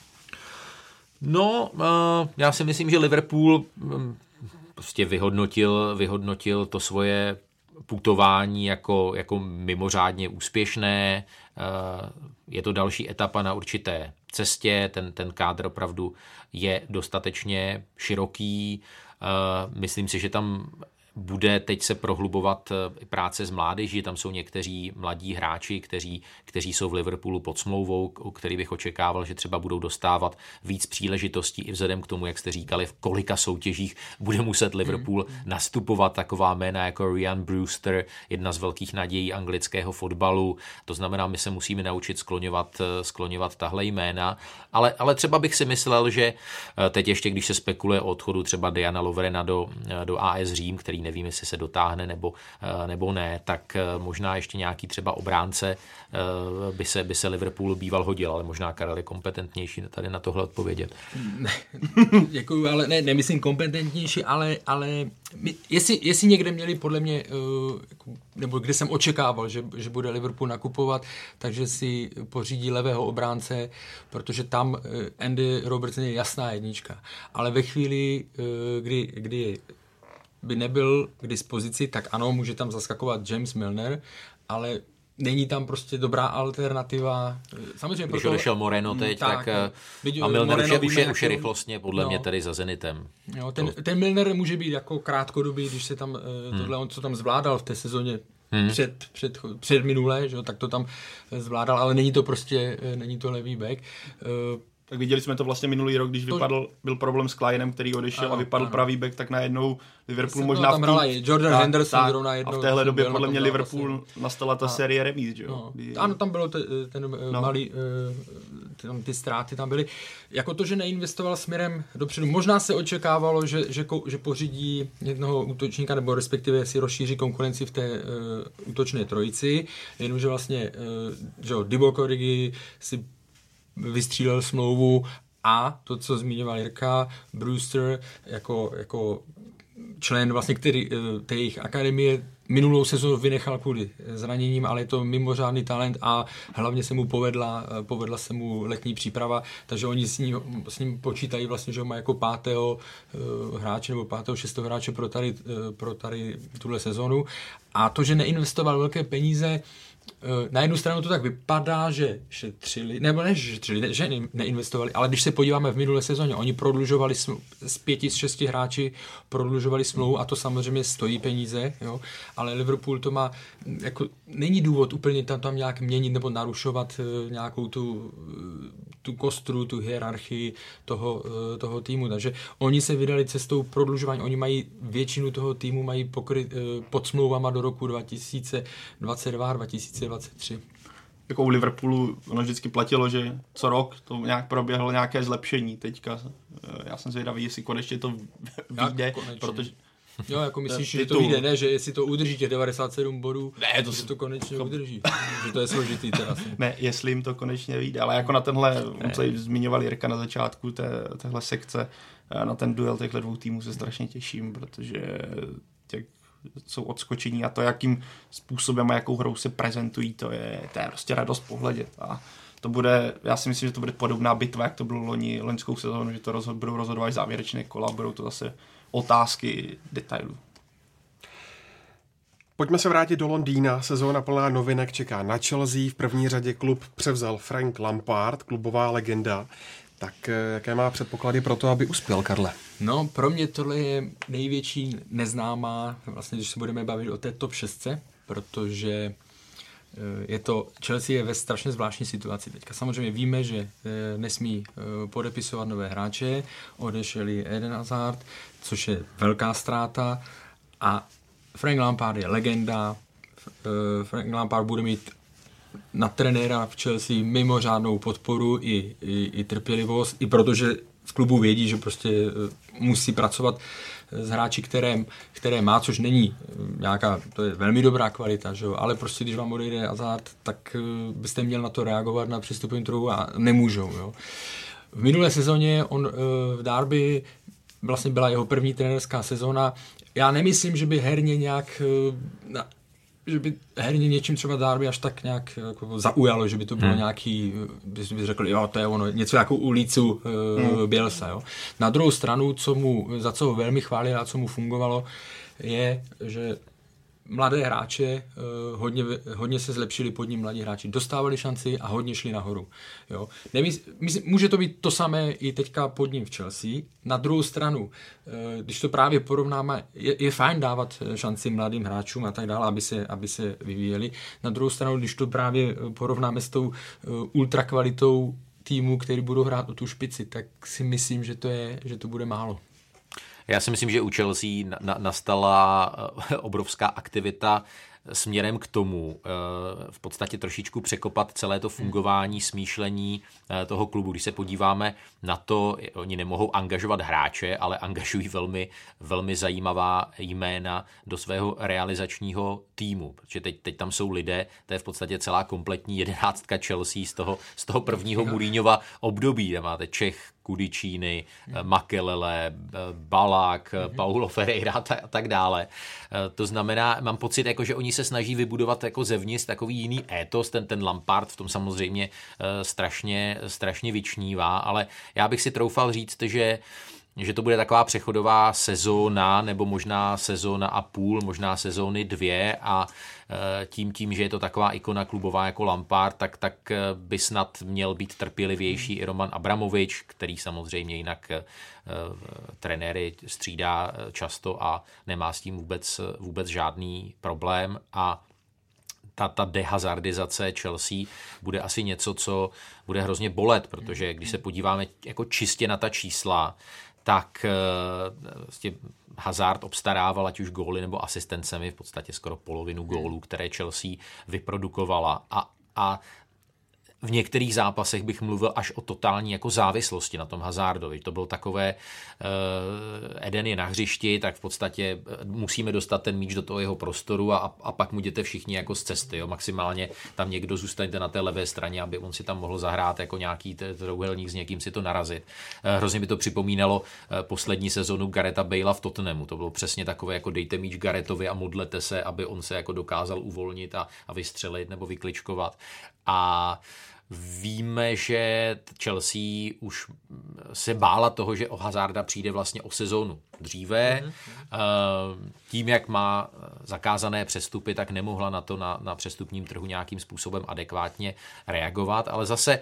No, já si myslím, že Liverpool prostě vyhodnotil, vyhodnotil to svoje putování jako, jako mimořádně úspěšné. Je to další etapa na určité cestě, ten, ten kádr opravdu je dostatečně široký. Myslím si, že tam bude teď se prohlubovat práce s mládeží, tam jsou někteří mladí hráči, kteří, kteří jsou v Liverpoolu pod smlouvou, u kterých bych očekával, že třeba budou dostávat víc příležitostí i vzhledem k tomu, jak jste říkali, v kolika soutěžích bude muset Liverpool nastupovat taková jména jako Ryan Brewster, jedna z velkých nadějí anglického fotbalu. To znamená, my se musíme naučit skloňovat, skloňovat tahle jména, ale, ale třeba bych si myslel, že teď ještě, když se spekuluje o odchodu třeba Diana Lovrena do, do A S Řím, který nevím, jestli se dotáhne nebo, nebo ne, tak možná ještě nějaký třeba obránce by se, by se Liverpoolu býval hodil, ale možná Karel je kompetentnější tady na tohle odpovědět. Ne, děkuju, ale ne, nemyslím kompetentnější, ale, ale my, jestli, jestli někde měli podle mě, nebo kde jsem očekával, že, že bude Liverpool nakupovat, takže si pořídí levého obránce, protože tam Andy Robertson je jasná jednička. Ale ve chvíli, kdy, kdy by nebyl k dispozici, tak ano, může tam zaskakovat James Milner, ale není tam prostě dobrá alternativa. Samozřejmě když proto, odešel Moreno teď, tak, tak a Milner už je, už je, už je rychlostně podle no, mě tady za Zenitem. Jo, ten, ten Milner může být jako krátkodobý, když se tam hmm. tohle, on co tam zvládal v té sezóně hmm. před, před, před minulé, že, tak to tam zvládal, ale není to prostě, není to levý back. Tak viděli jsme to vlastně minulý rok, když to... vypadl, byl problém s Kleinem, který odešel ano, a vypadl ano. pravý back, tak najednou Liverpool jsem možná... Tam hrala Jordan tak, Henderson tak, zrovna jednou. A v téhle době podle mě Liverpool zápasy. Nastala ta a, série remíz, že jo? No, kdy... Ano, tam bylo te, ten no. malý, tam ty ztráty tam byly. Jako to, že neinvestoval směrem dopředu, možná se očekávalo, že, že, že pořídí jednoho útočníka, nebo respektive si rozšíří konkurenci v té uh, útočné trojici, jenomže vlastně uh, že jo, Divock Origi si vystřílel smlouvu a to, co zmiňoval Jirka, Brewster jako, jako člen vlastně který, té jejich akademie minulou sezónu vynechal kvůli zraněním, ale je to mimořádný talent a hlavně se mu povedla, povedla se mu letní příprava, takže oni s ním, s ním počítají vlastně, že ho má jako pátého hráče nebo pátého, šestého hráče pro tady, pro tady tuhle sezónu. A to, že neinvestoval velké peníze, na jednu stranu to tak vypadá, že šetřili, nebo ne, že šetřili, že neinvestovali, ale když se podíváme v minulé sezóně, oni prodlužovali sml- z pěti, z šesti hráči prodlužovali smlouvu a to samozřejmě stojí peníze, jo, ale Liverpool to má, jako není důvod úplně tam, tam nějak měnit nebo narušovat uh, nějakou tu, tu kostru, tu hierarchii toho, uh, toho týmu, takže oni se vydali cestou prodlužování, oni mají většinu toho týmu mají pokryt uh, pod smlouvama do roku dva tisíce dvacet dva dva tisíce dvacet tři. Jako u Liverpoolu ono vždycky platilo, že co rok to nějak proběhlo nějaké zlepšení. Teďka já jsem zvědavý, jestli konečně to vyjde, protože... Jo, jako myslíš, že to vyjde, ne, že jestli to udrží těch devadesát sedm bodů, ne, to že to konečně udrží. Že to je složitý teda. Ne, jestli jim to konečně vyjde, ale jako na tenhle, on se zmiňoval Jirka na začátku té, téhle sekce, na ten duel těchto dvou týmů se strašně těším, protože těch jsou odskočení a to, jakým způsobem a jakou hrou se prezentují, to je, to je prostě radost pohledět. A to bude, já si myslím, že to bude podobná bitva, jak to bylo loni, loňskou sezónu, že to rozhod, budou rozhodovat závěrečné kola, budou to zase otázky detailů. Pojďme se vrátit do Londýna. Sezóna plná novinek čeká na Chelsea. V první řadě klub převzal Frank Lampard, klubová legenda. Tak jaké má předpoklady pro to, aby uspěl, Karle? No, pro mě tohle je největší neznámá, vlastně, když se budeme bavit o té top šest, protože je to, Chelsea je ve strašně zvláštní situaci teďka. Samozřejmě víme, že nesmí podepisovat nové hráče, odešel Eden Hazard, což je velká ztráta a Frank Lampard je legenda, Frank Lampard bude mít na trenéra v Chelsea mimořádnou podporu i, i, i trpělivost, i protože v klubu vědí, že prostě musí pracovat s hráči, které, které má, což není nějaká, to je velmi dobrá kvalita, že jo? Ale prostě když vám odejde Hazard, tak byste měl na to reagovat na přístupovém trhu a nemůžou. Jo? V minulé sezóně on v Derby vlastně byla jeho první trenérská sezóna. Já nemyslím, že by herně nějak na, že by herně něčím třeba Derby až tak nějak jako zaujalo, že by to bylo hmm. nějaký, bys by řekl, jo, to je ono, něco jako u Leedsu uh, hmm. Bielsa, jo. Na druhou stranu, co mu, za co ho velmi chválil a co mu fungovalo, je, že mladé hráče uh, hodně, hodně se zlepšili pod ním, mladí hráči dostávali šanci a hodně šli nahoru. Jo. Nemysl, myslím, může to být to samé i teďka pod ním v Chelsea. Na druhou stranu, uh, když to právě porovnáme, je, je fajn dávat šanci mladým hráčům a tak dále, aby se, aby se vyvíjeli. Na druhou stranu, když to právě porovnáme s tou uh, ultrakvalitou týmu, který budou hrát o tu špici, tak si myslím, že to, je, že to bude málo. Já si myslím, že u Chelsea na, nastala obrovská aktivita směrem k tomu v podstatě trošičku překopat celé to fungování, smýšlení toho klubu. Když se podíváme na to, oni nemohou angažovat hráče, ale angažují velmi, velmi zajímavá jména do svého realizačního týmu. Protože teď, teď tam jsou lidé, to je v podstatě celá kompletní jedenáctka Chelsea z toho, z toho prvního Mourinhova období. Tam máte Čech, Kudicíny, Makelele, Balák, Paulo Ferreira a tak dále. To znamená, mám pocit, jako, že oni se snaží vybudovat jako zevnitř takový jiný étos, ten, ten Lampard v tom samozřejmě strašně, strašně vyčnívá, ale já bych si troufal říct, že že to bude taková přechodová sezóna, nebo možná sezóna a půl, možná sezóny dvě a tím, tím, že je to taková ikona klubová jako Lampard, tak, tak by snad měl být trpělivější i Roman Abramovič, který samozřejmě jinak trenéry střídá často a nemá s tím vůbec, vůbec žádný problém a ta, ta dehazardizace Chelsea bude asi něco, co bude hrozně bolet, protože když se podíváme jako čistě na ta čísla, tak vlastně Hazard obstarával ať už góly nebo asistencemi v podstatě skoro polovinu gólů, které Chelsea vyprodukovala. A, a v některých zápasech bych mluvil až o totální jako závislosti na tom Hazardovi. To bylo takové, uh, Eden je na hřišti, tak v podstatě musíme dostat ten míč do toho jeho prostoru a, a pak mu jděte všichni jako z cesty. Jo. Maximálně tam někdo zůstaňte na té levé straně, aby on si tam mohl zahrát jako nějaký trouhelník s někým si to narazit. Uh, hrozně by to připomínalo uh, poslední sezonu Gareta Balea v Tottenhamu. To bylo přesně takové, jako dejte míč Garetovi a modlete se, aby on se jako dokázal uvolnit a, a vystřelit nebo vykličkovat. A víme, že Chelsea už se bála toho, že o Hazarda přijde vlastně o sezónu dříve. Mm-hmm. Tím, jak má zakázané přestupy, tak nemohla na to na, na přestupním trhu nějakým způsobem adekvátně reagovat, ale zase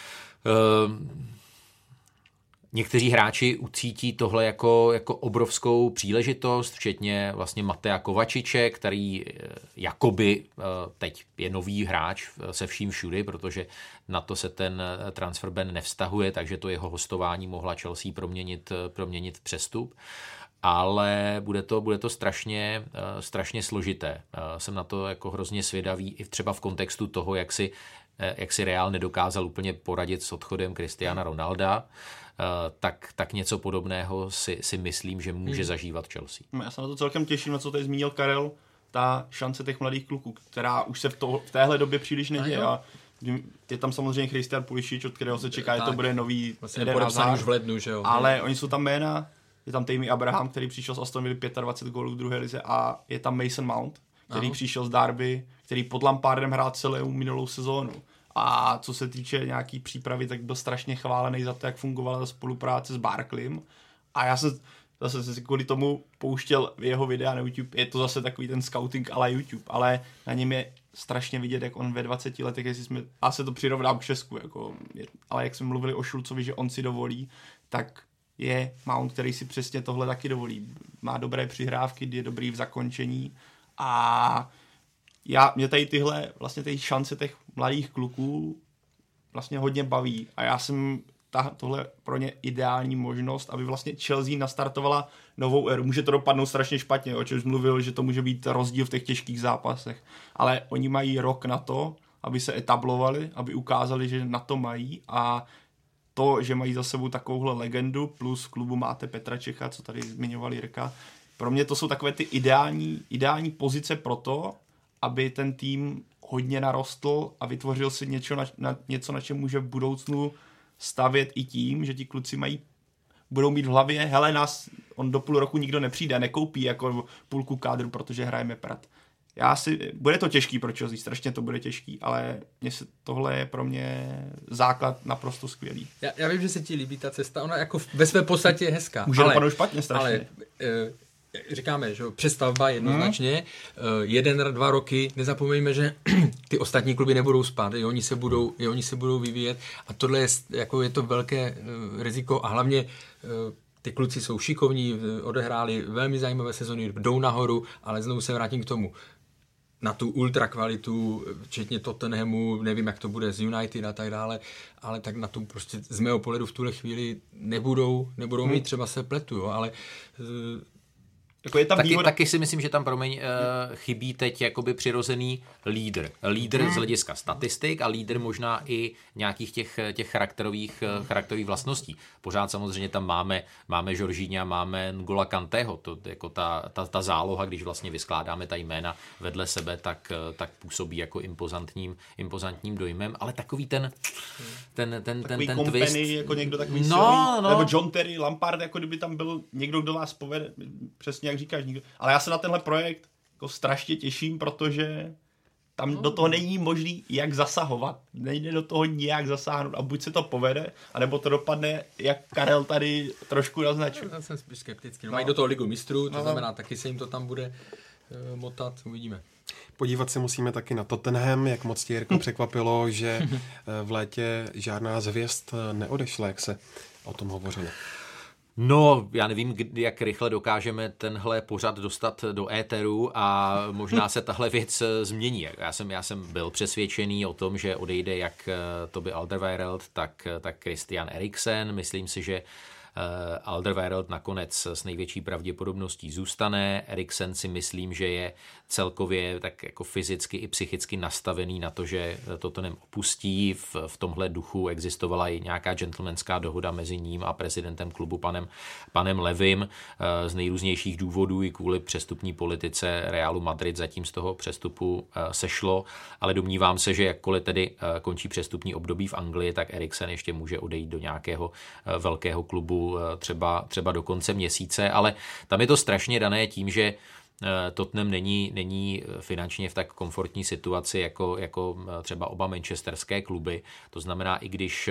někteří hráči ucítí tohle jako, jako obrovskou příležitost, včetně vlastně Mateja Kovačiče, který jakoby teď je nový hráč se vším všudy, protože na to se ten transfer ban nevztahuje, takže to jeho hostování mohla Chelsea proměnit, proměnit v přestup. Ale bude to, bude to strašně, strašně složité. Jsem na to jako hrozně svědavý i třeba v kontextu toho, jak si, jak si Real nedokázal úplně poradit s odchodem Cristiana Ronalda. Tak, tak něco podobného si, si myslím, že může hmm. zažívat Chelsea. Já se na to celkem těším, na co tady zmínil Karel, ta šance těch mladých kluků, která už se v, to, v téhle době příliš neděje. A je tam samozřejmě Christian Pulisic, od kterého se čeká, že to bude nový vlastně podepsaný už v lednu, že jo. Ale oni jsou tam jména, je tam Tammy Abraham, který přišel z Aston Villa dvacet pět gólů v druhé lize a je tam Mason Mount, který Aha. přišel z Derby, který pod Lampardem hrál celou minulou sezónu. A co se týče nějaký přípravy, tak byl strašně chválený za to, jak fungovala spolupráce s Barkleym. A já jsem zase si kvůli tomu pouštěl jeho videa na YouTube. Je to zase takový ten scouting ala YouTube, ale na něm je strašně vidět, jak on ve dvaceti letech, jestli jsme, a se to přirovnám k Česku, jako, ale jak jsme mluvili o Šulcovi, že on si dovolí, tak je Mount, který si přesně tohle taky dovolí. Má dobré přihrávky, je dobrý v zakončení a já, mě tady tyhle, vlastně ty šance těch mladých kluků vlastně hodně baví a já jsem ta, tohle pro ně ideální možnost, aby vlastně Chelsea nastartovala novou éru. Může to dopadnout strašně špatně, o čem jsem mluvil, že to může být rozdíl v těch těžkých zápasech, ale oni mají rok na to, aby se etablovali, aby ukázali, že na to mají a to, že mají za sebou takovouhle legendu, plus v klubu máte Petra Čecha, co tady zmiňoval Jirka, pro mě to jsou takové ty ideální, ideální pozice pro to, aby ten tým hodně narostl a vytvořil si něco, na, na, něco, na čem může v budoucnu stavět i tím, že ti kluci mají, budou mít v hlavě, hele, nás, on do půl roku nikdo nepřijde, nekoupí jako půlku kádru, protože hrajeme Prat. Já si, bude to těžký pro Chelsea, strašně to bude těžký, ale mě se, tohle je pro mě základ naprosto skvělý. Já, já vím, že se ti líbí ta cesta, ona jako ve své podstatě je hezká. Může dopadnout špatně strašně. Ale, e, říkáme, že přestavba jednoznačně, hmm. jeden, dva roky, nezapomeňme, že ty ostatní kluby nebudou spát, i oni se budou, i oni se budou vyvíjet a tohle je, jako je to velké riziko a hlavně ty kluci jsou šikovní, odehráli velmi zajímavé sezony, jdou nahoru, ale znovu se vrátím k tomu. Na tu ultra kvalitu, včetně Tottenhamu, nevím, jak to bude z United a tak dále, ale tak na tom prostě z mého pohledu v tuhle chvíli nebudou, nebudou hmm. mít, třeba se pletu, jo, ale jako je tam taky, výhoda... taky si myslím, že tam promiň, uh, chybí teď jakoby přirozený lídr. Lídr hmm. z hlediska statistik a lídr možná i nějakých těch, těch charakterových, charakterových vlastností. Pořád samozřejmě tam máme, máme Jorginha, máme N'Gola Kanteho, to jako ta, ta, ta záloha, když vlastně vyskládáme ta jména vedle sebe, tak, tak působí jako impozantním, impozantním dojmem, ale takový ten ten, ten, takový ten, ten company, twist. jako někdo takový no, silný, no. nebo John Terry, Lampard, jako kdyby tam byl někdo, kdo vás povede, přesně jak říkáš, nikdo. Ale já se na tenhle projekt jako strašně těším, protože tam no. do toho není možný jak zasahovat. Nejde do toho nijak zasáhnout a buď se to povede, anebo to dopadne, jak Karel tady trošku naznačil. Já jsem spíš skeptický. No, mají do toho Ligu mistrů, to no. znamená, taky se jim to tam bude uh, motat, uvidíme. Podívat se musíme taky na Tottenham, jak moc tě, Jirko, překvapilo, že v létě žádná z hvězd neodešla, jak se o tom hovořilo. No, já nevím, jak rychle dokážeme tenhle pořad dostat do éteru a možná se tahle věc změní. Já jsem, já jsem byl přesvědčený o tom, že odejde jak Toby Alderweireld, tak, tak Christian Eriksen. Myslím si, že Alderweireld nakonec s největší pravděpodobností zůstane. Eriksen si myslím, že je celkově tak jako fyzicky i psychicky nastavený na to, že Tottenham opustí. V, v tomhle duchu existovala i nějaká gentlemanská dohoda mezi ním a prezidentem klubu panem, panem Levim. Z nejrůznějších důvodů i kvůli přestupní politice Realu Madrid zatím z toho přestupu sešlo, ale domnívám se, že jakkoliv tedy končí přestupní období v Anglii, tak Eriksen ještě může odejít do nějakého velkého klubu třeba, třeba do konce měsíce, ale tam je to strašně dané tím, že Tottenham není, není finančně v tak komfortní situaci jako, jako třeba oba manchesterské kluby. To znamená, i když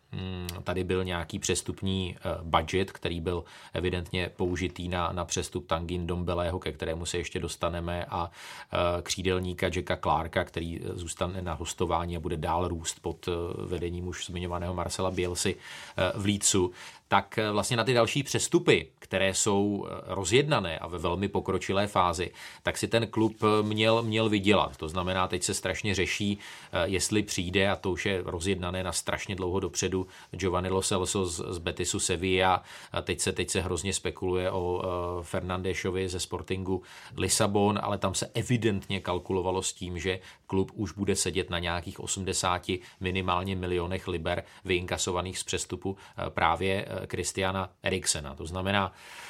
tady byl nějaký přestupní budget, který byl evidentně použitý na, na přestup Tanguy Ndombeleho, ke kterému se ještě dostaneme, a křídelníka Jacka Clarka, který zůstane na hostování a bude dál růst pod vedením už zmiňovaného Marcela Bielsy v Leedsu, tak vlastně na ty další přestupy, které jsou rozjednané a ve velmi pokročilé fázi, tak si ten klub měl, měl vydělat. To znamená, teď se strašně řeší, jestli přijde, a to už je rozjednané na strašně dlouho dopředu, Giovanni Lo Celso z, z Betisu Sevilla. Teď se, teď se hrozně spekuluje o uh, Fernandešovi ze Sportingu Lisabon, ale tam se evidentně kalkulovalo s tím, že klub už bude sedět na nějakých osmdesáti minimálně milionech liber vyinkasovaných z přestupu uh, právě uh, Christiana Eriksena. To znamená,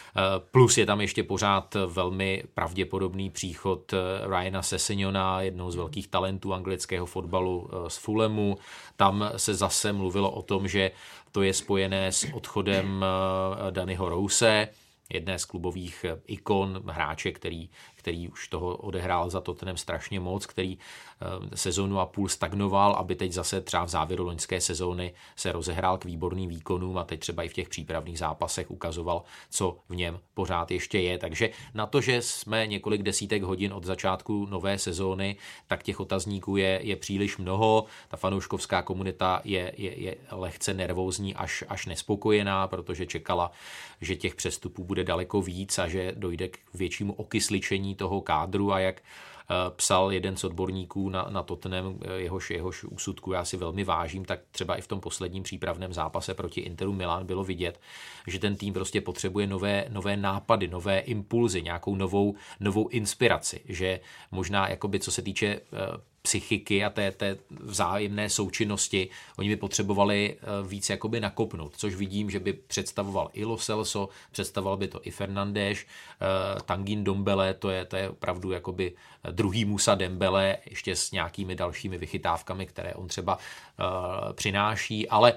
plus je tam ještě pořád velmi pravděpodobný příchod Ryana Sessegnona, jednoho z velkých talentů anglického fotbalu z Fulhamu. Tam se zase mluvilo o tom, že to je spojené s odchodem Dannyho Rose, jedné z klubových ikon, hráče, který, který už toho odehrál za Tottenham strašně moc, který sezonu a půl stagnoval, aby teď zase třeba v závěru loňské sezóny se rozehrál k výborným výkonům a teď třeba i v těch přípravných zápasech ukazoval, co v něm pořád ještě je. Takže na to, že jsme několik desítek hodin od začátku nové sezóny, tak těch otazníků je, je příliš mnoho. Ta fanouškovská komunita je, je, je lehce nervózní až, až nespokojená, protože čekala, že těch přestupů bude daleko víc a že dojde k většímu okysličení toho kádru, a jak psal jeden z odborníků na, na Tottenham, jehož, jehož úsudku já si velmi vážím, tak třeba i v tom posledním přípravném zápase proti Interu Milan bylo vidět, že ten tým prostě potřebuje nové, nové nápady, nové impulzy, nějakou novou, novou inspiraci, že možná jakoby co se týče psychiky a té, té vzájemné součinnosti, oni by potřebovali víc jakoby nakopnout, což vidím, že by představoval i Lo Celso, představoval by to i Fernandes, Tanguy Ndombele, to je, to je opravdu jakoby druhý Musa Dembele, ještě s nějakými dalšími vychytávkami, které on třeba uh, přináší, ale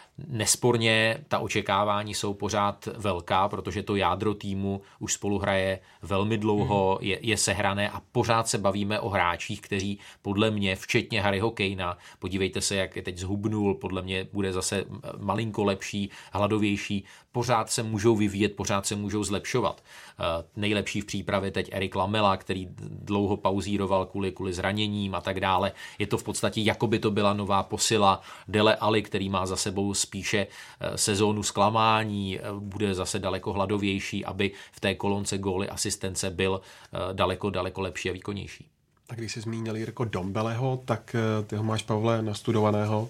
nesporně ta očekávání jsou pořád velká, protože to jádro týmu už spolu hraje velmi dlouho, je, je sehrané a pořád se bavíme o hráčích, kteří podle mě, včetně Harryho Kanea, podívejte se, jak je teď zhubnul, podle mě bude zase malinko lepší, hladovější, pořád se můžou vyvíjet, pořád se můžou zlepšovat. Nejlepší v přípravě teď Erik Lamela, který dlouho pauzíroval kvůli, kvůli zraněním a tak dále. Je to v podstatě, jako by to byla nová posila. Dele Alli, který má za sebou spíše sezónu zklamání, bude zase daleko hladovější, aby v té kolonce góly asistence byl daleko, daleko lepší a výkonnější. Tak když jsi zmínil Jirko Dombeleho, tak ty ho máš, Pavle, nastudovaného.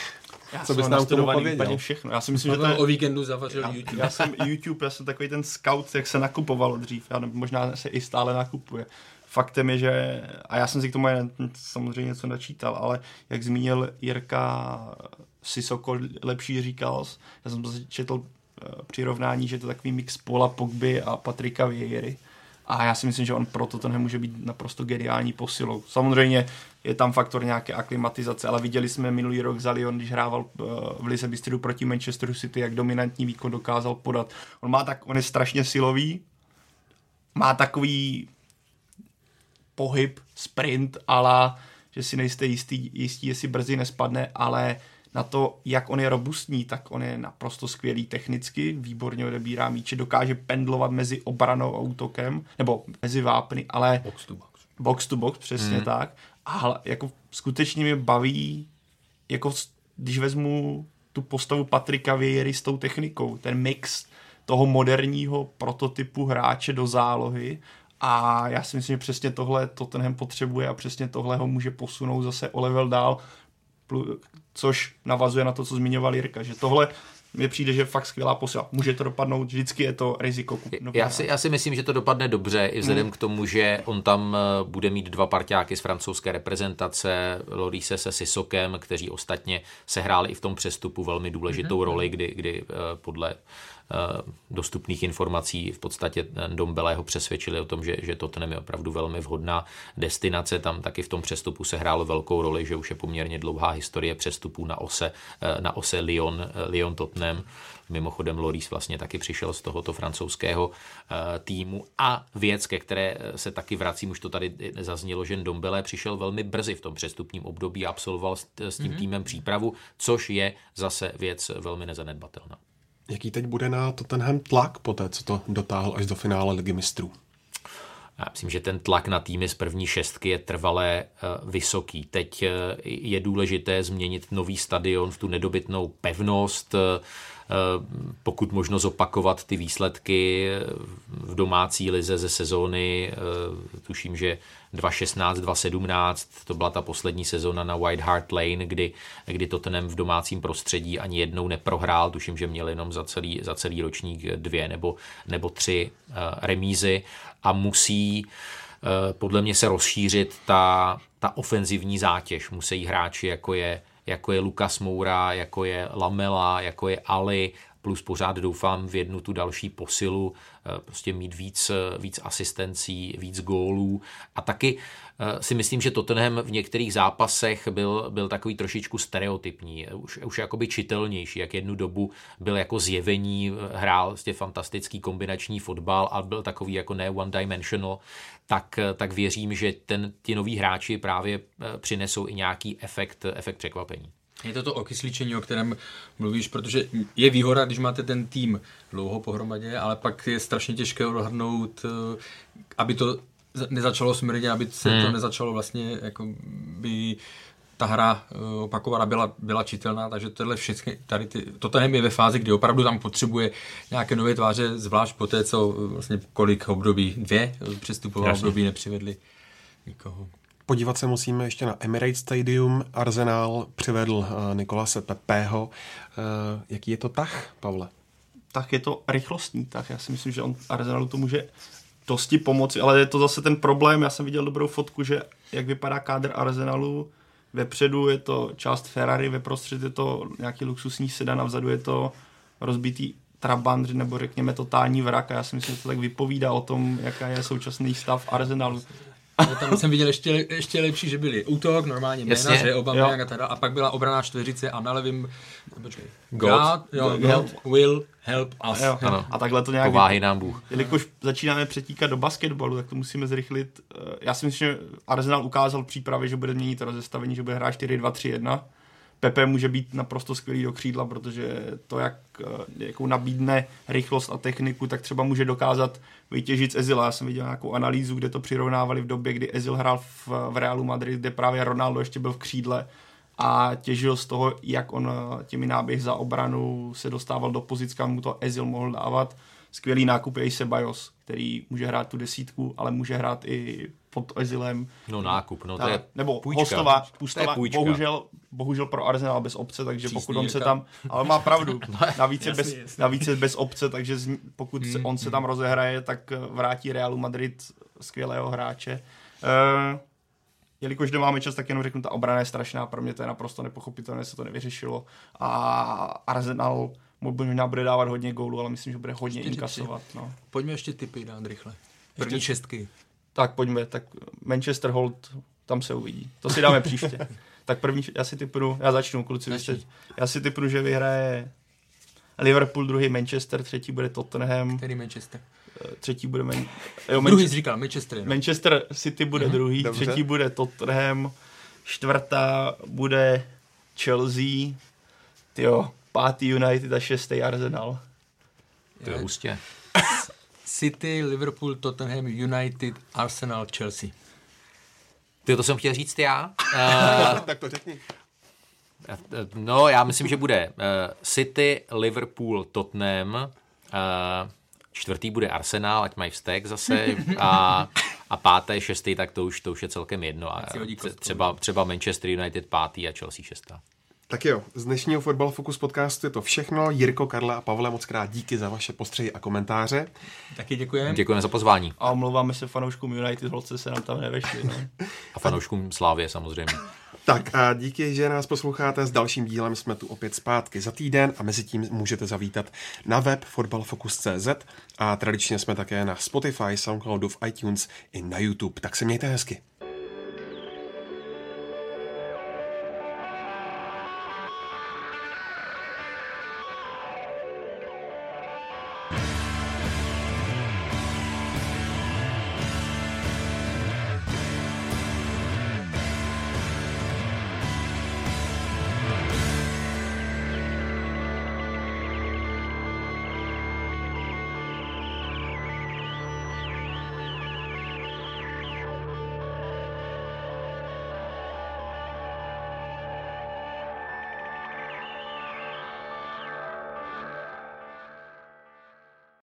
Já Co bys nám tomu pověděl? Všechno. Já si myslím, že to je... o víkendu zavařil já, YouTube. Já jsem YouTube, já jsem takový ten scout, jak se nakupovalo dřív. Já možná se i stále nakupuje. Faktem je, že, a já jsem si k tomu samozřejmě něco načítal, ale jak zmínil Jirka Sissoko, lepší říkal, já jsem zase četl uh, přirovnání, že to je takový mix Paula Pogby a Patricka Vieiry. A já si myslím, že on proto to nemůže být naprosto geniální posilou. Samozřejmě je tam faktor nějaké aklimatizace, ale viděli jsme minulý rok za Lyon, když hrával v Lize Bystru proti Manchesteru City, jak dominantní výkon dokázal podat. On má tak, on je strašně silový, má takový pohyb, sprint, ala, že si nejste jistý, jistý, jestli brzy nespadne, ale na to, jak on je robustní, tak on je naprosto skvělý technicky, výborně odebírá míče, dokáže pendlovat mezi obranou a útokem, nebo mezi vápny, ale box to box. Box to box, přesně hmm. tak. A jako skutečně mě baví, jako když vezmu tu postavu Patricka Vieiry s tou technikou, ten mix toho moderního prototypu hráče do zálohy. A já si myslím, že přesně tohle Tottenham potřebuje a přesně tohle ho může posunout zase o level dál, což navazuje na to, co zmiňoval Jirka, že tohle mně přijde, že fakt skvělá posila. Může to dopadnout, vždycky je to riziko. Já si, já si myslím, že to dopadne dobře, i vzhledem hmm. k tomu, že on tam bude mít dva parťáky z francouzské reprezentace, Lorise se Sissokem, kteří ostatně sehráli i v tom přestupu velmi důležitou hmm. roli, kdy, kdy podle dostupných informací v podstatě Ndombele ho přesvědčili o tom, že, že Tottenham je opravdu velmi vhodná destinace. Tam taky v tom přestupu se hrálo velkou roli, že už je poměrně dlouhá historie přestupů na ose, na ose Lyon, Lyon Tottenham. Mimochodem Loris vlastně taky přišel z tohoto francouzského týmu. A věc, ke které se taky vracím, už to tady zaznělo, že Ndombele přišel velmi brzy v tom přestupním období a absolvoval s, s tím mm-hmm. týmem přípravu, což je zase věc velmi nezanedbatelná. Jaký teď bude na Tottenham tlak po té, co to dotáhl až do finále Ligy mistrů? Já myslím, že ten tlak na týmy z první šestky je trvalé uh, vysoký. Teď uh, je důležité změnit nový stadion v tu nedobytnou pevnost, uh, pokud možno zopakovat ty výsledky v domácí lize ze sezóny. Uh, tuším, že dva šestnáct dva sedmnáct, to byla ta poslední sezóna na White Hart Lane, kdy, kdy Tottenham v domácím prostředí ani jednou neprohrál. Tuším, že měl jenom za celý, za celý ročník dvě nebo, nebo tři uh, remízy a musí uh, podle mě se rozšířit ta, ta ofenzivní zátěž. Musí hráči, jako je, jako je Lucas Moura, jako je Lamela, jako je Ali, plus pořád doufám v jednu tu další posilu, prostě mít víc, víc asistencí, víc gólů a taky si myslím, že Tottenham v některých zápasech byl, byl takový trošičku stereotypní, už, už jakoby čitelnější, jak jednu dobu byl jako zjevení, hrál vlastně fantastický kombinační fotbal a byl takový jako ne one dimensional, tak, tak věřím, že ten, ti noví hráči právě přinesou i nějaký efekt, efekt překvapení. Je to to okysličení, o kterém mluvíš, protože je výhoda, když máte ten tým dlouho pohromadě, ale pak je strašně těžké odhadnout, aby to nezačalo smrdit, aby se hmm. to nezačalo vlastně, jako by ta hra opakovaná byla, byla čitelná, takže tohle všechny, tady ty, Tottenham je ve fázi, kdy opravdu tam potřebuje nějaké nové tváře, zvlášť po té, co vlastně kolik období, dvě přestupová období nepřivedli nikoho. Podívat se musíme ještě na Emirates Stadium. Arsenal přivedl Nikolase Pepeho. Jaký je to tah, Pavle? Tak je to rychlostní tah. Já si myslím, že on Arsenalu to může dosti pomoci, ale je to zase ten problém. Já jsem viděl dobrou fotku, že jak vypadá kádr Arsenalu. Vepředu je to část Ferrari, ve prostřed je to nějaký luxusní sedan a vzadu je to rozbitý Trabant, nebo řekněme totální vrak. A já si myslím, že to tak vypovídá o tom, jaká je současný stav Arsenalu. Tam jsem viděl ještě, ještě lepší, že byli útok, normálně Menaře, Aubameyang a teda, a pak byla obraná čtveřice a na levým počkej, God, God, jo, God, God will help us. Jo, ano. A takhle to nějak... Pováhy nám Bůh. Jelikož začínáme přetíkat do basketbalu, tak to musíme zrychlit. Já si myslím, že Arsenal ukázal v přípravě, že bude měnit rozestavení, že bude hrát čtyři dva tři jedna. Pepe může být naprosto skvělý do křídla, protože to, jak, jakou nabídne rychlost a techniku, tak třeba může dokázat vytěžit z Ezila. Já jsem viděl nějakou analýzu, kde to přirovnávali v době, kdy Ezil hrál v, v Realu Madrid, kde právě Ronaldo ještě byl v křídle a těžil z toho, jak on těmi náběhy za obranu se dostával do pozic, kam mu to Ezil mohl dávat. Skvělý nákup je i Ceballos, který může hrát tu desítku, ale může hrát i pod Ezilem. No nákup, no to je nebo půjčka. hostová, půjčka. To je půjčka. Bohužel, bohužel pro Arsenal bez opce, takže Přísný pokud on se Jirka. tam, ale má pravdu, navíc, je jasný, bez, jasný. navíc je bez opce, takže z, pokud Hmm, se, on se hmm. tam rozehraje, tak vrátí Realu Madrid skvělého hráče. Uh, jelikož nemáme čas, tak jenom řeknu, ta obrana je strašná, pro mě to je naprosto nepochopitelné, se to nevyřešilo a Arsenal možná bude dávat hodně gólů, ale myslím, že bude hodně čtyři, inkasovat. No. Pojďme ještě tipy dát rychle. První Ještě- šestky. Tak pojďme, tak Manchester Hold, tam se uvidí. To si dáme příště. Tak první, já si typnu, já začnu, kluci, vy jste, já si typnu, že vyhraje Liverpool, druhý Manchester, třetí bude Tottenham, Který Manchester? třetí bude Man, jo, Druhý Manche- jsi říkal, Manchester. No. Manchester City bude druhý, dobře. třetí bude Tottenham, čtvrtá bude Chelsea, tyjo, pátý United a šestý Arsenal. To je hustě. City, Liverpool, Tottenham, United, Arsenal, Chelsea. Ty, to jsem chtěl říct já. Uh, Tak to řekni. no, já myslím, že bude uh, City, Liverpool, Tottenham, uh, čtvrtý bude Arsenal, ať mají vztek zase, a, a pátý, šestý, tak to už, to už je celkem jedno. A si hodí kostku. třeba, třeba Manchester United pátý a Chelsea šestá. Tak jo, z dnešního Fotbal Focus podcastu je to všechno. Jirko, Karla a Pavle, moc krát díky za vaše postřehy a komentáře. Taky děkujeme. Děkujeme za pozvání. A omlouváme se fanouškům United, holce se nám tam nevešli. No. A fanouškům Slávie samozřejmě. Tak a díky, že nás posloucháte. S dalším dílem jsme tu opět zpátky za týden a mezi tím můžete zavítat na web fotbalfocus tečka cé zet a tradičně jsme také na Spotify, Soundcloudu, v iTunes i na YouTube. Tak se mějte hezky.